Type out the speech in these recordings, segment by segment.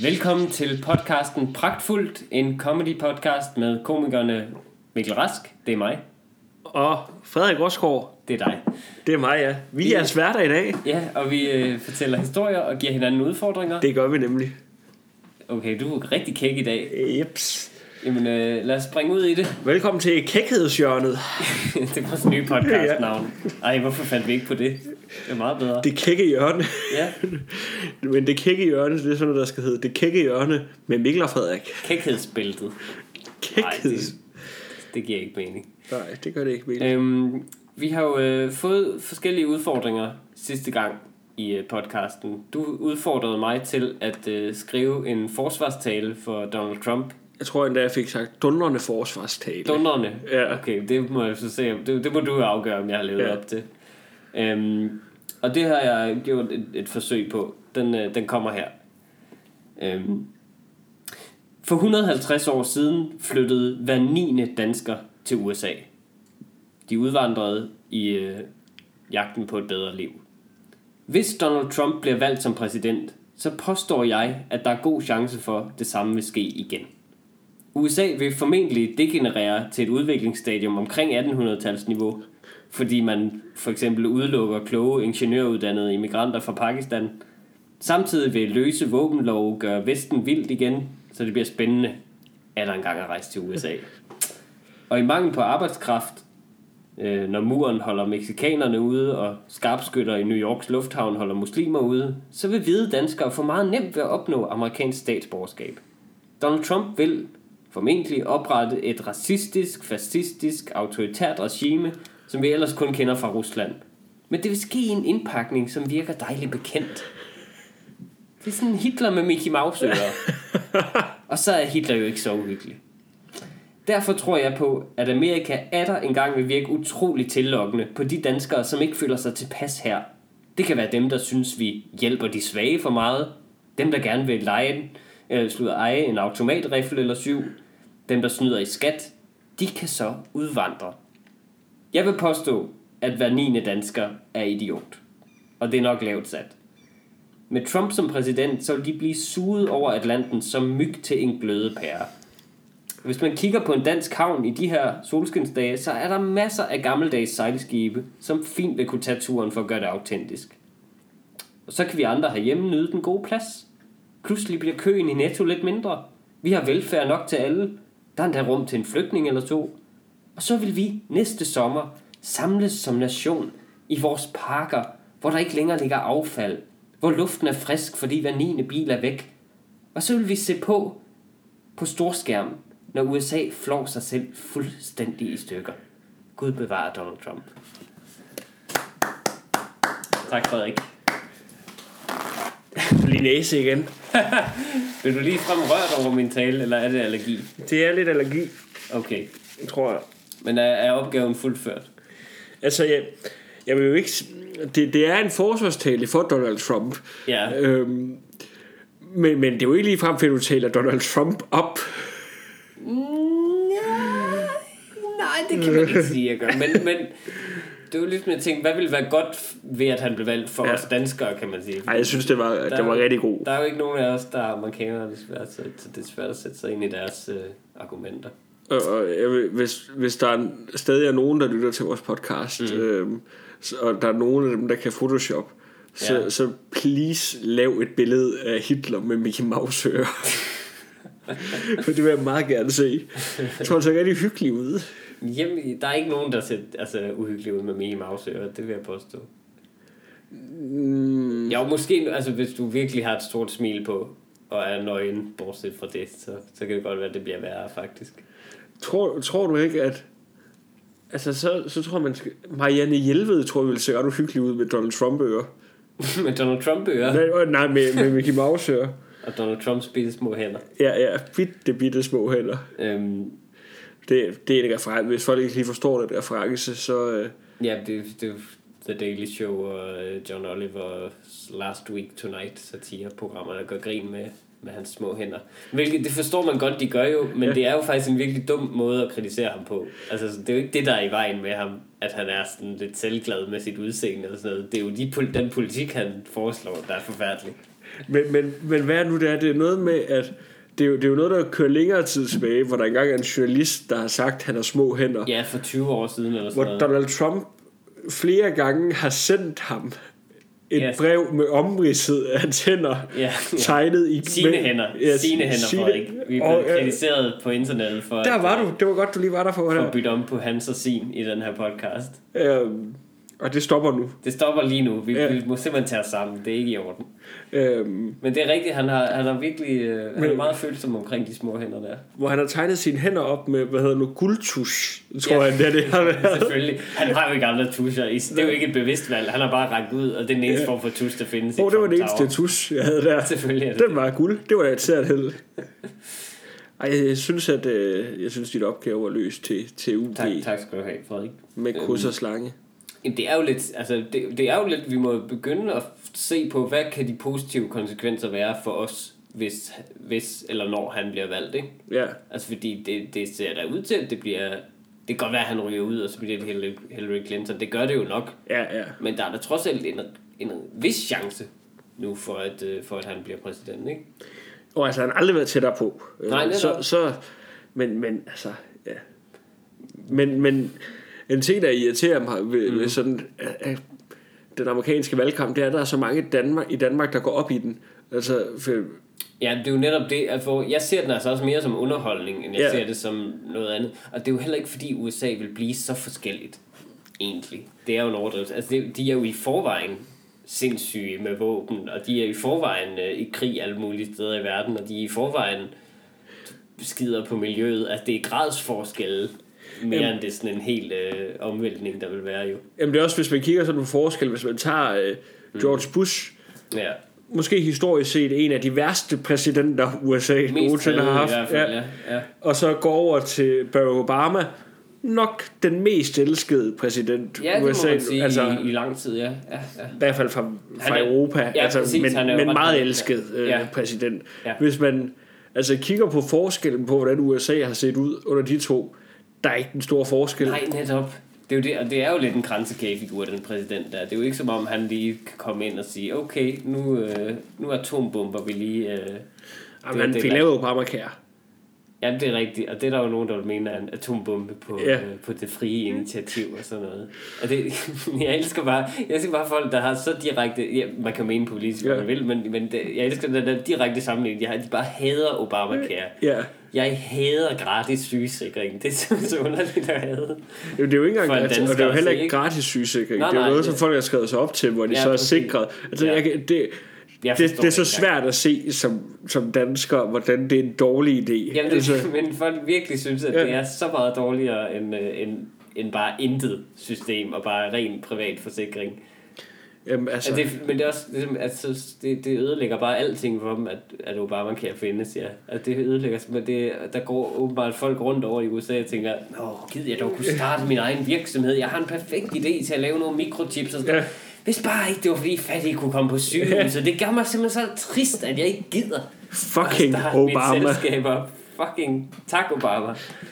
Velkommen til podcasten Pragtfuldt, en comedy podcast med komikerne Mikkel Rask, det er mig. Og Frederik Rosgaard. Det er dig. Det er mig, ja. Vi er sværter i dag. Ja, og vi fortæller historier og giver hinanden udfordringer. Det gør vi nemlig. Okay, du er rigtig kæk i dag. Jeps. Jamen, lad os springe ud i det. Velkommen til Kækhedshjørnet. Det er vores nye podcastnavn. Ej, hvorfor fandt vi ikke på det? Det er meget bedre. Det kække hjørne. Ja. Men det kække hjørne, det er sådan noget, der skal hedde. Det kække hjørne med Mikkel og Frederik. Kækhedsbæltet. Kækheds. Det giver ikke mening. Nej, det gør det ikke mening. Vi har jo fået forskellige udfordringer sidste gang i podcasten. Du udfordrede mig til at skrive en forsvarstale for Donald Trump. Jeg tror endda, jeg fik sagt dundrende forsvarstale. Dundrende? Ja. Okay, det må jeg så se. Det må du afgøre, om jeg har levet op til. Og det har jeg gjort et forsøg på. Den kommer her. For 150 år siden flyttede hver 9. dansker til USA. De udvandrede i jagten på et bedre liv. Hvis Donald Trump bliver valgt som præsident, så påstår jeg, at der er god chance for, at det samme vil ske igen. USA vil formentlig degenerere til et udviklingsstadium omkring 1800-talsniveau, fordi man for eksempel udelukker kloge ingeniøruddannede immigranter fra Pakistan. Samtidig vil løse våbenlove gøre Vesten vildt igen, så det bliver spændende at der engang at rejse til USA. Og i mangel på arbejdskraft, når muren holder mexikanerne ude, og skarpskytter i New Yorks lufthavn holder muslimer ude, så vil hvide danskere få meget nemt ved at opnå amerikansk statsborgerskab. Donald Trump vil formentlig oprette et racistisk, fascistisk, autoritært regime, som vi ellers kun kender fra Rusland. Men det vil ske i en indpakning, som virker dejligt bekendt. Det er sådan Hitler med Mickey Mouse ører. Og så er Hitler jo ikke så uhyggelig. Derfor tror jeg på, at Amerika atter engang vil virke utroligt tillokkende på de danskere, som ikke føler sig tilpas her. Det kan være dem, der synes, vi hjælper de svage for meget. Dem, der gerne vil eje en automatrifle eller 7. Dem, der snyder i skat. De kan så udvandre. Jeg vil påstå, at hver 9. dansker er idiot. Og det er nok lavt sat. Med Trump som præsident, så vil de blive suget over Atlanten som myg til en glødepære. Hvis man kigger på en dansk havn i de her solskinsdage, så er der masser af gammeldags sejlskibe, som fint vil kunne tage turen for at gøre det autentisk. Og så kan vi andre herhjemme nyde den gode plads. Pludselig bliver køen i Netto lidt mindre. Vi har velfærd nok til alle. Der er endda rum til en flygtning eller 2. Og så vil vi næste sommer samles som nation i vores parker, hvor der ikke længere ligger affald, hvor luften er frisk, fordi hver 9. bil er væk. Og så vil vi se på storskærm, når USA flår sig selv fuldstændig i stykker. Gud bevare Donald Trump. Tak, Frederik. Lige næse igen. Vil du lige frem rørt over min tale, eller er det allergi? Det er lidt allergi. Okay. Tror jeg. Men er opgaven fuldført? Altså, jeg vil jo ikke... Det er en forsvarstale for Donald Trump. Ja. Men det er jo ikke lige frem, at du taler Donald Trump op. Nej, det kan man ikke sige, jeg gør. Men det er jo lidt med at tænke, hvad ville være godt ved, at han blev valgt for os danskere, kan man sige. Nej, jeg synes, det var rigtig god. Der er jo ikke nogen af os, der er amerikanere, så det er svært at sætte sig ind i deres argumenter. Og hvis der stadig er nogen, der lytter til vores podcast, og der er nogen af dem, der kan Photoshop, så please lav et billede af Hitler med Mickey Mouse ører. For det vil jeg meget gerne se. Jeg tror, det ser rigtig hyggeligt ud. Jamen, der er ikke nogen, der ser uhyggelig ud med Mickey Mouse ører. Det vil jeg påstå. Ja, måske, altså hvis du virkelig har et stort smil på og er nøgen, bortset fra det, så kan det godt være, at det bliver værre, faktisk. Tror du ikke, at... Altså, så tror man... Marianne Jelved, tror jeg, ville se ret uhyggeligt ud med Donald Trump-ører. Med Donald Trump-ører? Nej, med Mickey Mouse-ører. Og Donald Trumps bitte små hænder. Ja, bitte små hænder. Det er en reference. Hvis folk ikke lige forstår det reference, så... Ja, det er The Daily Show og John Oliver's Last Week Tonight satireprogrammer, der gør grin med hans små hænder. Hvilket, det forstår man godt, de gør jo, men det er jo faktisk en virkelig dum måde at kritisere ham på. Altså, det er jo ikke det, der er i vejen med ham, at han er sådan lidt selvglad med sit udseende og sådan noget. Det er jo den politik, han foreslår, der er forfærdelig. Men hvad er nu det er? Det er noget med, at det er jo noget, der kører længere tid tilbage, hvor der engang er en journalist, der har sagt, at han har små hænder. Ja, for 20 år siden eller sådan noget. Hvor Donald Trump flere gange har sendt ham et brev med omridset af hans hænder, tegnet i... Sine hænder, Frederik. Vi blev kritiseret på internettet for... Der var du. Det var godt, du lige var der for at bytte om på hans og sin i den her podcast. Og det stopper nu. Det stopper lige nu. Vi må simpelthen tage os sammen. Det er ikke i orden. Men det er rigtigt. Han har virkelig han er meget følsom omkring de små hænder der. Hvor han har tegnet sine hænder op med, guldtusch, tror jeg, det har været. Selvfølgelig. Han har jo ikke andre tuscher. Det er jo ikke et bevidst valg. Han har bare rakt ud, og det er den eneste form for tusch, der findes. Det var det eneste tusch, jeg havde der. Selvfølgelig. Den var guld. Det var da et sært held. Ej, jeg synes, dit opgave var løst til UG. Tak skal du have, Frederik. Med kryds og slange. Det er jo lidt, altså det er jo lidt, vi må begynde at se på, hvad kan de positive konsekvenser være for os, hvis eller når han bliver valgt, ikke? Ja. Altså fordi det ser der ud til, at det kan godt være, at han ryger ud, og så bliver det Hillary Clinton. Det gør det jo nok. Ja. Men der er da trods alt en vis chance nu for at han bliver præsident, ikke? Og altså han har aldrig været tættere på. Nej, men altså ja. Men en ting, der irriterer mig ved sådan den amerikanske valgkamp, det er, at der er så mange i Danmark, der går op i den. Altså, ja, det er jo netop det, at jeg ser den altså også mere som underholdning, end jeg ser det som noget andet. Og det er jo heller ikke, fordi USA vil blive så forskelligt, egentlig. Det er jo en overdrivelse. Altså, de er jo i forvejen sindssyge med våben, og de er i forvejen i krig alle mulige steder i verden, og de er i forvejen skider på miljøet. Altså, det er gradsforskelle mere end det er sådan en helt omvæltning, der vil være jo. Jamen det er også, hvis man kigger sådan på forskel, hvis man tager George Bush, måske historisk set en af de værste præsidenter USA nogensinde har haft, i hvert fald, ja. Og så går over til Barack Obama, nok den mest elskede præsident USA, må man sige, altså, i lang tid, ja. I hvert fald fra Europa, altså, præcis, men meget elsket præsident. Ja. Hvis man altså kigger på forskellen på, hvordan USA har set ud under de to, der er ikke en stor forskel. Nej, netop. Det er jo det, og det er jo lidt en kransekagefigur, den præsident der. Det er jo ikke som om, han lige kan komme ind og sige, okay, nu atombomber vi lige... han fik lavet Obamacare. Ja, det er rigtigt, og det er der jo nogen, der vil mene er en atombombe på det frie initiativ og sådan noget. Og det, jeg elsker bare folk, der har så direkte... Ja, man kan mene politisk, hvad man vil, men jeg elsker den der direkte sammenligning. De bare hader Obamacare. Ja. Jeg hader gratis sygesikring. Det er så underligt at hade. Jo, det er jo ikke engang gratis, og det er jo heller ikke gratis sygesikring. Det er jo noget, som folk har skrevet sig op til, hvor de så er sikret. Altså, det er så svært at se som dansker, hvordan det er en dårlig idé. Jamen, men folk virkelig synes, at det er så meget dårligere end bare intet system og bare ren privat forsikring. Jamen, altså. Men det er også altså, det ødelægger bare alting for dem, at Obamacare findes, ja. At det ødelægger, men der går åbenbart folk rundt over i USA og tænker, gider jeg dog kunne starte min egen virksomhed. Jeg har en perfekt idé til at lave nogle mikrochips og sådan noget. Hvis bare ikke det var fordi fattige kunne komme på sygehuset. Det gør mig simpelthen så trist, at jeg ikke gider fucking Obama. Fucking tak Obama.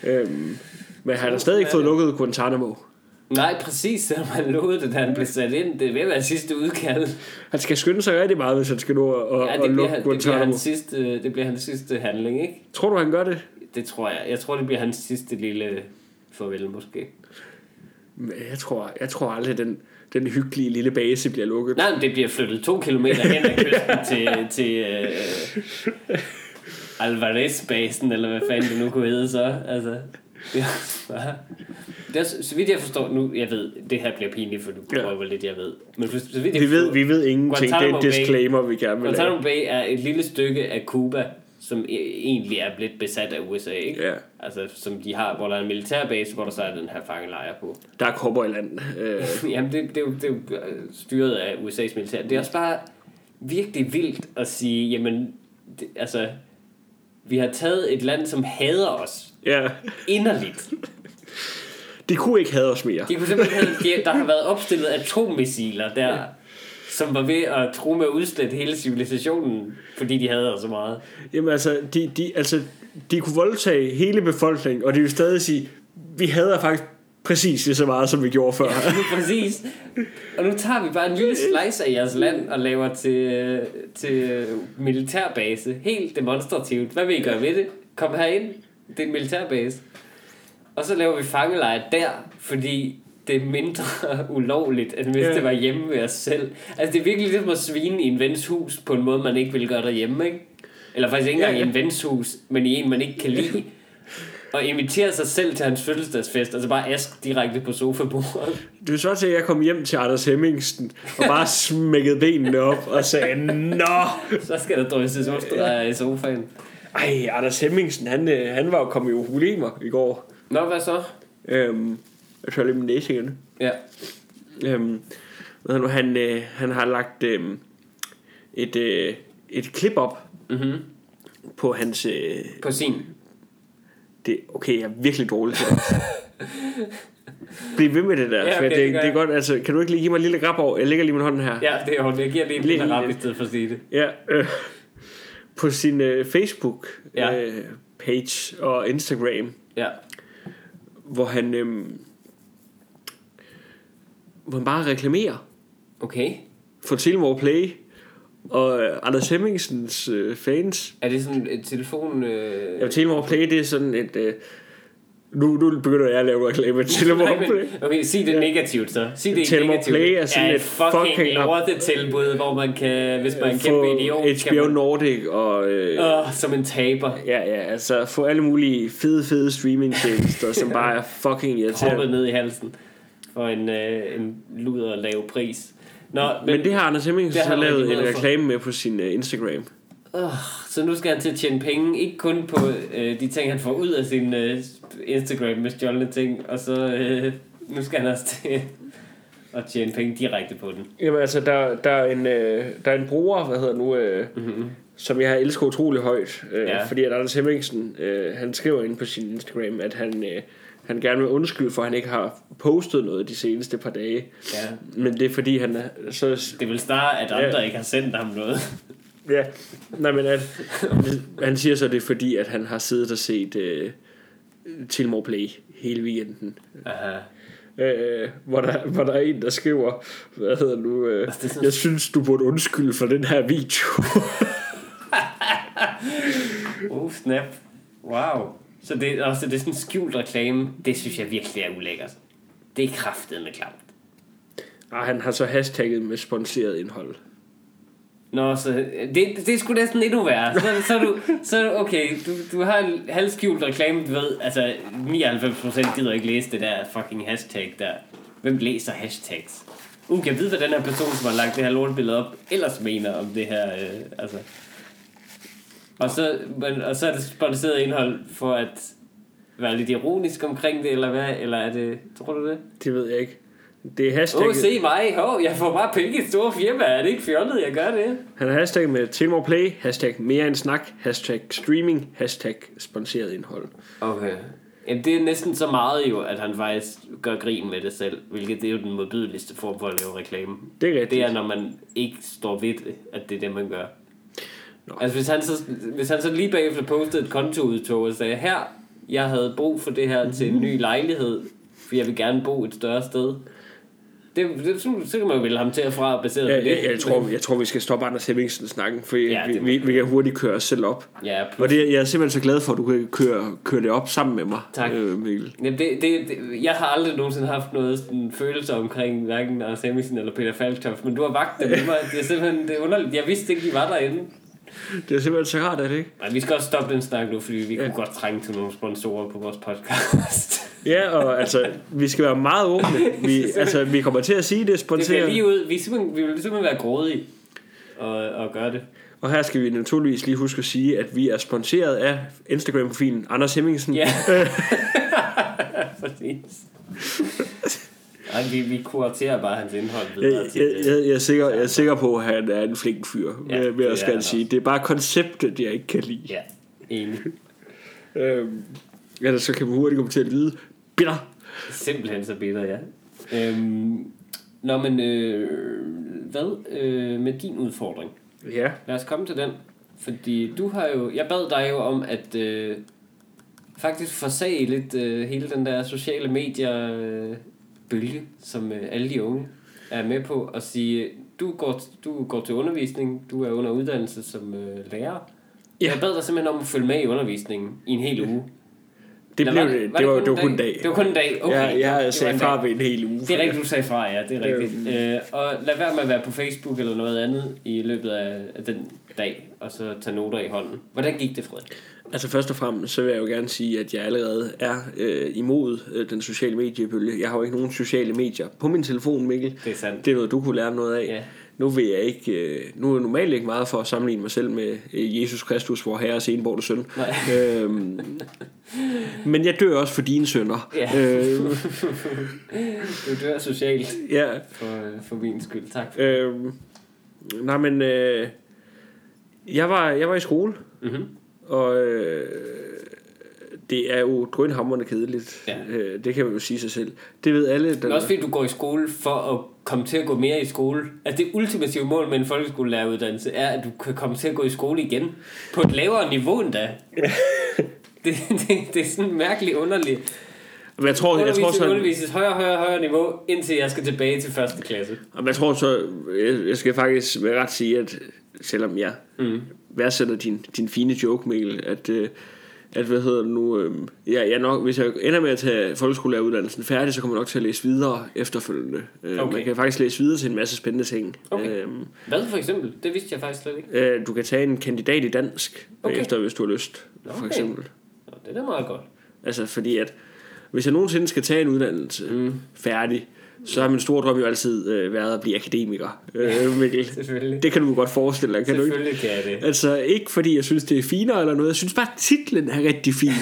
Men han har stadig ikke fået lukket Guantanamo. Nej, præcis, selvom han lovede det, da han blev sat ind. Det vil være sidste udkald. Han skal skynde sig rigtig meget, hvis han skal nå at lukke Guantanamo. Det bliver hans sidste handling, ikke? Tror du, han gør det? Det tror jeg. Jeg tror, det bliver hans sidste lille farvel, måske. Men jeg tror aldrig, den hyggelige lille base bliver lukket. Nej, men det bliver flyttet 2 kilometer hen ad kysten til Alvarez-basen, eller hvad fanden det nu kunne hedde så. Altså, det er, så vidt jeg forstår nu, jeg ved, det her bliver pinligt, for du prøver hvor lidt jeg ved. Men så vidt jeg vi ved ingenting, det er en disclaimer, vi gerne vil lave. Guantanamo Bay er et lille stykke af Cuba, som egentlig er blevet besat af USA, ikke? Ja. Altså, som de har, hvor der er en militærbase, hvor der så er den her fangelejr på. Der er kopper i land. Jamen, det er jo styret af USA's militær. Det er også bare virkelig vildt at sige, jamen, altså, vi har taget et land, som hader os. Ja. Inderligt. De kunne ikke hade os mere. De kunne simpelthen der har været opstillet atommissiler der, som var ved at true med at udslette hele civilisationen, fordi de havde så meget. Jamen altså, de kunne voldtage hele befolkningen, og de vil stadig sige, vi hader faktisk Præcis lige så meget, som vi gjorde før. Ja, præcis. Og nu tager vi bare en lille slice af jeres land og laver til militærbase. Helt demonstrativt. Hvad vil I gøre ved det? Kom herind. Det er en militærbase. Og så laver vi fangelejre der, fordi det er mindre ulovligt, end hvis det var hjemme ved os selv. Altså det er virkelig ligesom at svine i en vens hus på en måde, man ikke vil gøre derhjemme, ikke? Eller faktisk ikke engang i en vens hus, men i en, man ikke kan lide. Og invitere sig selv til hans fødselsdagsfest. Altså bare ask direkte på sofabordet. Det var så til, at jeg kom hjem til Anders Hemmingsen og bare smækkede benene op og sagde, nå! Så skal der drysses ostrejer i sofaen. Ej, Anders Hemmingsen, han var jo kommet i problemer i går. Nå, hvad så? Jeg tør lidt med næse igen. Ja. Han har lagt et klip op på hans... på sin... Okay, jeg er virkelig dårlig til det. Bliv ved med det der. Ja, okay, det er godt. Altså, kan du ikke lige give mig en lille rap over? Jeg lægger lige min hånd her. Ja, det er hånden. Jeg giver lige en lille rap i stedet for at sige det. Ja, på sin Facebook page og Instagram. Ja. Hvor han bare reklamerer. Okay. For Telemore Play og Anders Hemmingsens fans. Er det sådan et telefon... Ja, Telemore Play, det er sådan et... Nu begynder jeg at lave reklame til Telemore Play. Okay, sig det negativt så. Sig det Telemore negativt. Play er sådan et fucking lortetilbud, hvor man kan, hvis man er en kæmpe idiot... HBO Nordic og... som en taber. Ja, altså få alle mulige fede streamingtjenester, som bare er fucking irriterende. Hoppet ned i halsen for en luder lav pris. Nå, men det har Anders Hemmingsen så lavet en reklame med på sin Instagram. Så nu skal han til at tjene penge, ikke kun på de ting, han får ud af sin Instagram med stjålne ting, og så nu skal han også til at tjene penge direkte på den. Jamen altså, der er en bruger, som jeg har elsket utrolig højt, fordi at Anders Hemmingsen, han skriver ind på sin Instagram, at han gerne vil undskylde for, at han ikke har postet noget de seneste par dage. Ja. Men det er fordi, han er så... Det er vel snarere, at andre ikke har sendt ham noget. Ja, nej, men han siger så, det er fordi, at han har siddet og set Telemore Play hele weekenden. Hvor der er en, der skriver, jeg synes, du burde undskylde for den her video. Snap. Wow. Så det er sådan en skjult reklame. Det synes jeg virkelig er ulækkert. Det er kraftedeme klamt. Han har så hashtagget med sponsoreret indhold. Nå, så det er sgu næsten endnu værre. Så okay, du har en halvskjult reklame, du ved, altså 99% gider ikke læse det der fucking hashtag der. Hvem læser hashtags? Kan jeg vide, hvad den her person, som har lagt det her lortebillede op, ellers mener om det her, altså. Og så er det sponsoreret indhold for at være lidt ironisk omkring det, eller hvad? Eller er det, tror du det? Det ved jeg ikke. Det er hashtag... se mig, jeg får bare penge i store firma. Er det ikke fjollet, jeg gør det? Han har hashtag med Telemore Play, hashtag mere end snak, hashtag streaming, hashtag sponsoreret indhold. Okay. Jamen, det er næsten så meget jo, at han faktisk gør grin med det selv, hvilket det er jo den modbydeligste form for at lave reklame. Det er rigtigt. Det er, når man ikke står ved det, at det er det, man gør. Nå. Altså, hvis han så lige bagefter postede et kontoudtog og sagde, her, jeg havde brug for det her til en ny lejlighed, for jeg vil gerne bo et større sted. Så kan man jo vælge ham til at fra baseret på det. Jeg tror vi skal stoppe Anders Hemmingsen snakken, for vi kan hurtigt køre os selv op. Ja, og det, jeg er simpelthen så glad for, at du kan køre det op sammen med mig. Tak. Mikkel. Jeg har aldrig nogensinde haft noget sådan følelse omkring hverken Anders Hemmingsen eller Peter Falktoft, men du har vagt det med mig. Det er simpelthen det er underligt. Jeg vidste ikke, de var derinde. Det er simpelthen så rart, er det ikke? Nej, vi skal også stoppe den snak nu, fordi vi kunne godt trænge til nogle sponsorer på vores podcast. Ja, og altså, vi skal være meget åbne. Vi kommer til at sige det sponsoreret. Det skal lige ud. Vi vil simpelthen være grådige og gøre det. Og her skal vi naturligvis lige huske at sige, at vi er sponsoreret af Instagram-profilen Anders Hemmingsen. Ja, præcis. Ej, vi kuraterer bare hans indhold videre. Jeg er sikker på, at han er en flink fyr, vil jeg skal sige. Det er bare konceptet, jeg ikke kan lide. Ja, enig. Ellers så kan vi hurtigt komme til at lyde bitter. Simpelthen så bitter, ja. Nå, men hvad med din udfordring? Ja. Lad os komme til den. Fordi du har jo... Jeg bad dig jo om faktisk forsage lidt hele den der sociale medier bølge, som alle de unge er med på, at sige, du går til undervisning, du er under uddannelse som lærer. Ja. Jeg bad dig simpelthen om at følge med i undervisningen i en hel uge. Det var kun en dag. Det var kun en dag, okay. Jeg sagde fra ved en hel uge. Det er rigtigt, du sagde fra, ja, det er rigtigt. Og lad være med at være på Facebook eller noget andet i løbet af den dag, og så tage noter i hånden. Hvordan gik det, Frederik? Altså først og fremmest, så vil jeg jo gerne sige, at jeg allerede er imod den sociale mediebølge. Jeg har jo ikke nogen sociale medier på min telefon, Mikkel. Det er sandt. Det er noget, du kunne lære noget af. Ja. Nu vil jeg ikke, nu er jeg normalt ikke meget for at sammenligne mig selv med Jesus Kristus, vor Herres enbårne søn. Men jeg dør også for dine sønner. Ja. Du dør socialt. Ja. For min skyld. Tak. Nej, men jeg var i skole. Mm-hmm. Og det er jo drønhamrende kedeligt. Ja. Det kan man jo sige sig selv. Det ved alle. Men også fordi du går i skole for at komme til at gå mere i skole. Altså det ultimative mål med en folkeskolelæreruddannelse er, at du kan komme til at gå i skole igen på et lavere niveau end da. Det er sådan mærkeligt underligt. Men jeg tror så undervises højere niveau, indtil jeg skal tilbage til første klasse. Og jeg tror så, jeg skal faktisk med ret sige, at selvom jeg værdsætter din fine joke, Mikkel, at hvad hedder det nu, jeg nok, hvis jeg ender med at tage folkeskolelæreruddannelsen færdig, så kommer jeg nok til at læse videre efterfølgende. Okay. Man kan faktisk læse videre til en masse spændende ting. Okay. Hvad for eksempel? Det vidste jeg faktisk slet ikke. Du kan tage en kandidat i dansk efter, hvis du har lyst, for eksempel. Det er da meget godt. Altså fordi at hvis jeg nogensinde skal tage en uddannelse færdig, så har min store drøm jo altid været at blive akademiker, Mikkel. Selvfølgelig. Det kan du godt forestille dig, kan du ikke? Selvfølgelig kan jeg det. Altså ikke fordi jeg synes det er finere eller noget. Jeg synes bare titlen er rigtig fin.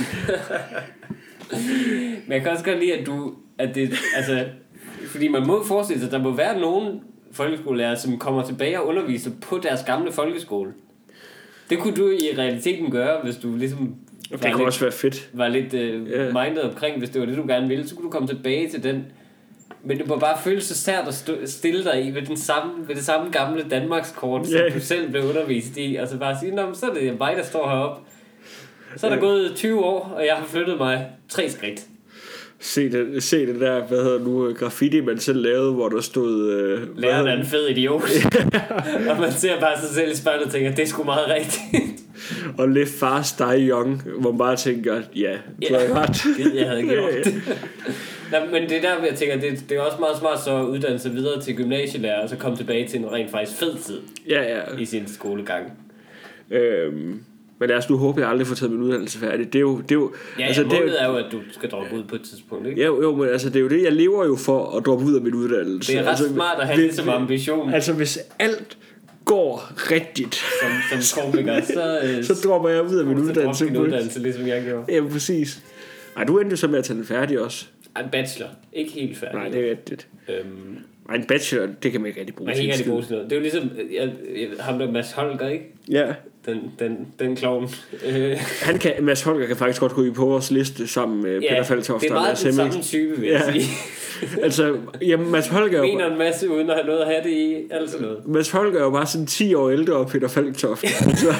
Men jeg kan også godt lide at det altså, fordi man må forestille sig at der må være nogen folkeskolelærer som kommer tilbage og underviser på deres gamle folkeskole. Det kunne du i realiteten gøre, hvis du ligesom det kunne også være fedt. Var lidt mindet omkring, hvis det var det du gerne ville, så kunne du komme tilbage til den. Men det må bare føles så sært at stille dig i ved det samme gamle Danmarkskort, som du selv blev undervist i. Altså bare sige, så er det mig, der står heroppe. Så er der gået 20 år, og jeg har flyttet mig 3 skridt. Se det der, hvad hedder nu, graffiti, man selv lavede, hvor der stod... Læreren er en fed idiot. Og man ser bare sig selv i spejlet og tænker, det er sgu meget rigtigt. Og live fast, die young, hvor man bare tænker, du har ret. Jeg havde gjort det. Men det er der, jeg tænker, det er også meget smart så at uddanne sig videre til gymnasielærer, og så komme tilbage til en rent faktisk fed tid i sin skolegang. Men lad os nu håbe, jeg aldrig får taget min uddannelse færdig. Det er jo altså, målet er jo, at du skal droppe ud på et tidspunkt, ikke? Jo, men altså, det er jo det, jeg lever jo for at droppe ud af min uddannelse. Det er ret smart at have det som ambition. Altså, hvis alt går rigtigt som komiker, så dropper jeg ud af min uddannelse. Ligesom jeg gjorde. Ja, præcis. Ej, du endte jo så med at tage den færdig også. En bachelor. Ikke helt færdig. Nej, det er rigtigt. En bachelor, det kan man ikke rigtig bruge til. Man kan ikke rigtig bruge til noget. Det er jo ligesom ham der Mads Holger, ikke? Ja. Den klovn. Mads Holger kan faktisk godt gå i på vores liste sammen med Peter Faltoft. Det er meget den samme type, vil jeg sige. Altså, Mads Holger mener en masse uden at have noget at have det i. Altså noget. Mads Holger er jo bare sådan 10 år ældre og Peter Faltoft. Altså.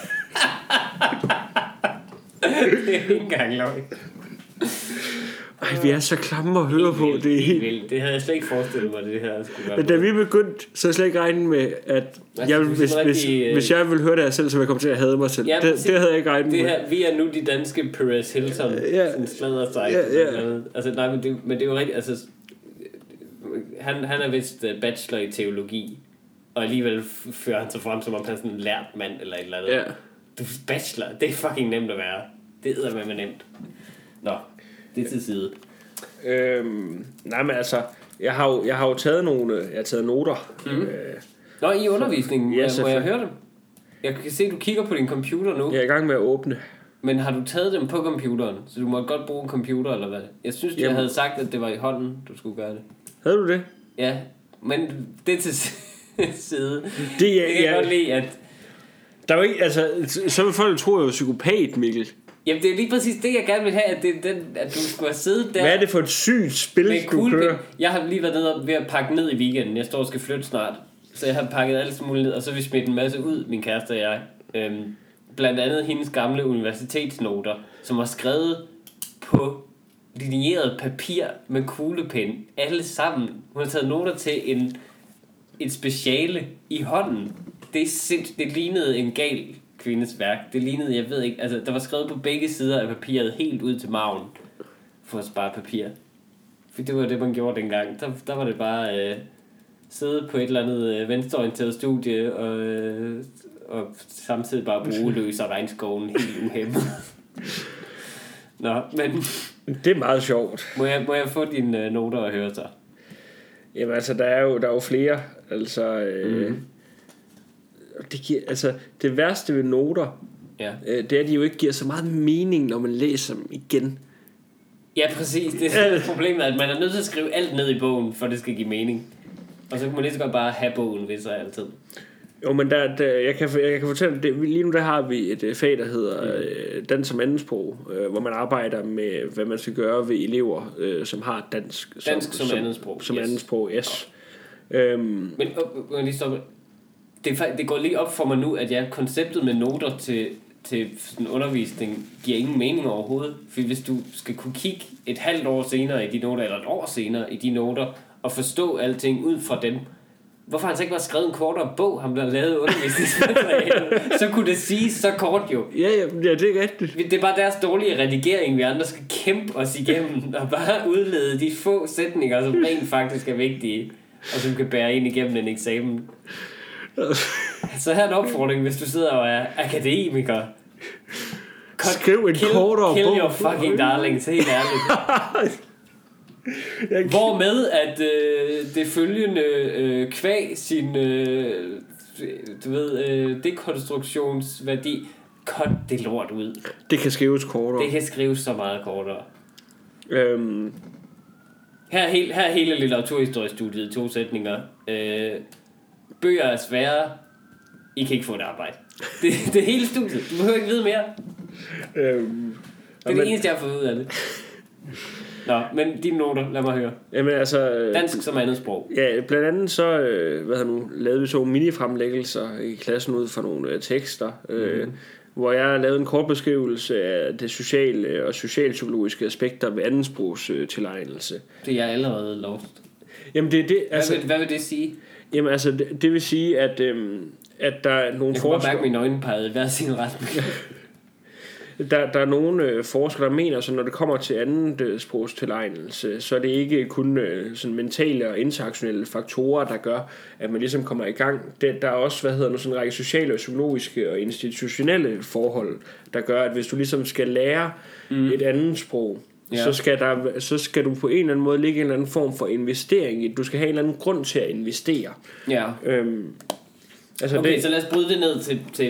Det er ikke engang løgn. Ej, vi er så klamme at høre på. Det er helt vildt. Det havde jeg slet ikke forestillet mig, det her skulle være. Men da vi begyndte, så havde jeg slet ikke regnet med, at hvis jeg ville høre det her selv, så ville jeg komme til at hade mig selv. Ja, det havde jeg ikke regnet med. Vi er nu de danske Perez Hilton, som slader sig. Altså, nej, men det er jo rigtigt. Altså, han er vist bachelor i teologi, og alligevel fører han sig frem, som om han er sådan en lært mand eller et eller andet. Ja. Du er bachelor. Det er fucking nemt at være. Det er med nemt. Nå. Det er til side. Nej, men altså, jeg har jo taget noter. Nå, i undervisningen, må jeg høre dem? Jeg kan se, at du kigger på din computer nu. Jeg er i gang med at åbne. Men har du taget dem på computeren? Så du måtte godt bruge en computer, eller hvad? Jeg synes, jeg havde sagt, at det var i hånden, du skulle gøre det. Havde du det? Ja, men det er til side. Det kan godt lide, at... Der er jo ikke, altså, så vil folk tro, at jeg er psykopat, Mikkel. Jamen, det er lige præcis det, jeg gerne vil have, at du skulle have siddet der. Hvad er det for et sygt spil, du kører? Jeg har lige været nede ved at pakke ned i weekenden. Jeg står og skal flytte snart. Så jeg har pakket alt muligt ned, og så vil vi smidt en masse ud, min kæreste og jeg. blandt andet hendes gamle universitetsnoter, som var skrevet på linjeret papir med kuglepen, alle sammen. Hun har taget noter til et speciale i hånden. Det lignede en gal kvindes værk. Det lignede, jeg ved ikke, altså der var skrevet på begge sider af papiret helt ud til maven for at spare papir. For det var det, man gjorde dengang. Der var det bare sidde på et eller andet venstreorienteret studie og samtidig bare bruge løs af regnskoven helt uhæmmet. Nå, men... Det er meget sjovt. Må jeg få dine noter at høre så? Jamen altså, der er jo flere. Altså, det giver, altså, det værste ved noter, det er, at de jo ikke giver så meget mening, når man læser dem igen. Ja, præcis. Det er problemet, at man er nødt til at skrive alt ned i bogen, for det skal give mening. Og så kan man lige så godt bare have bogen ved sig altid. Jo, men jeg kan fortælle, lige nu der har vi et fag, der hedder dansk som andetsprog, hvor man arbejder med, hvad man skal gøre ved elever, som har dansk som andetsprog. Som andetsprog, yes. Men lige stoppe. Det går lige op for mig nu, at konceptet med noter til sådan undervisning giver ingen mening overhovedet. For hvis du skal kunne kigge et halvt år senere i de noter, eller et år senere i de noter, og forstå alting ud fra dem, hvorfor har han så ikke bare skrevet en kortere bog, ham der lavede undervisningsmateriale? Så kunne det sige så kort jo. Ja, det er rigtigt. Det er bare deres dårlige redigering, vi andre skal kæmpe os igennem, og bare udlede de få sætninger, som rent faktisk er vigtige, og som kan bære ind igennem en eksamen. Så her er en opfordring, hvis du sidder og er akademiker. Skriv en kortere bog. Kill your fucking darlings, helt ærligt. Hvormed at det følgende kvæg sin dekonstruktionsværdi, cut det lort ud. Det kan skrives kortere. Det kan skrives så meget kortere. Her er hele litteraturhistoriestudiet i 2 sætninger. Bøger er svære. I kan ikke få et arbejde. Det er hele studiet. Du behøver ikke vide mere. Det er det eneste, jeg har fået ud af det. Nå, men dine noter, lad mig høre. Jamen altså... Dansk som andet sprog. Ja, blandt andet så lavede vi så mini-fremlæggelser i klassen ud fra nogle tekster, hvor jeg lavede en kort beskrivelse af det sociale og socialpsykologiske aspekter ved andetsprogs tilegnelse. Det er jeg allerede lost. Jamen det er det... Altså, hvad vil det sige? Jamen altså, det vil sige, at der er nogle forskere... Jeg kan bare mærke mine øjne pegede hver sin retning. Der er nogle forskere, der mener, at når det kommer til andetsprogstilegnelse, så er det ikke kun sådan mentale og interaktionelle faktorer, der gør, at man ligesom kommer i gang. Der er også, sådan en række sociale og psykologiske og institutionelle forhold, der gør, at hvis du ligesom skal lære et andet sprog, så skal du på en eller anden måde ligge en eller anden form for investering i. Du skal have en eller anden grund til at investere. Ja. Okay, så lad os bryde det ned til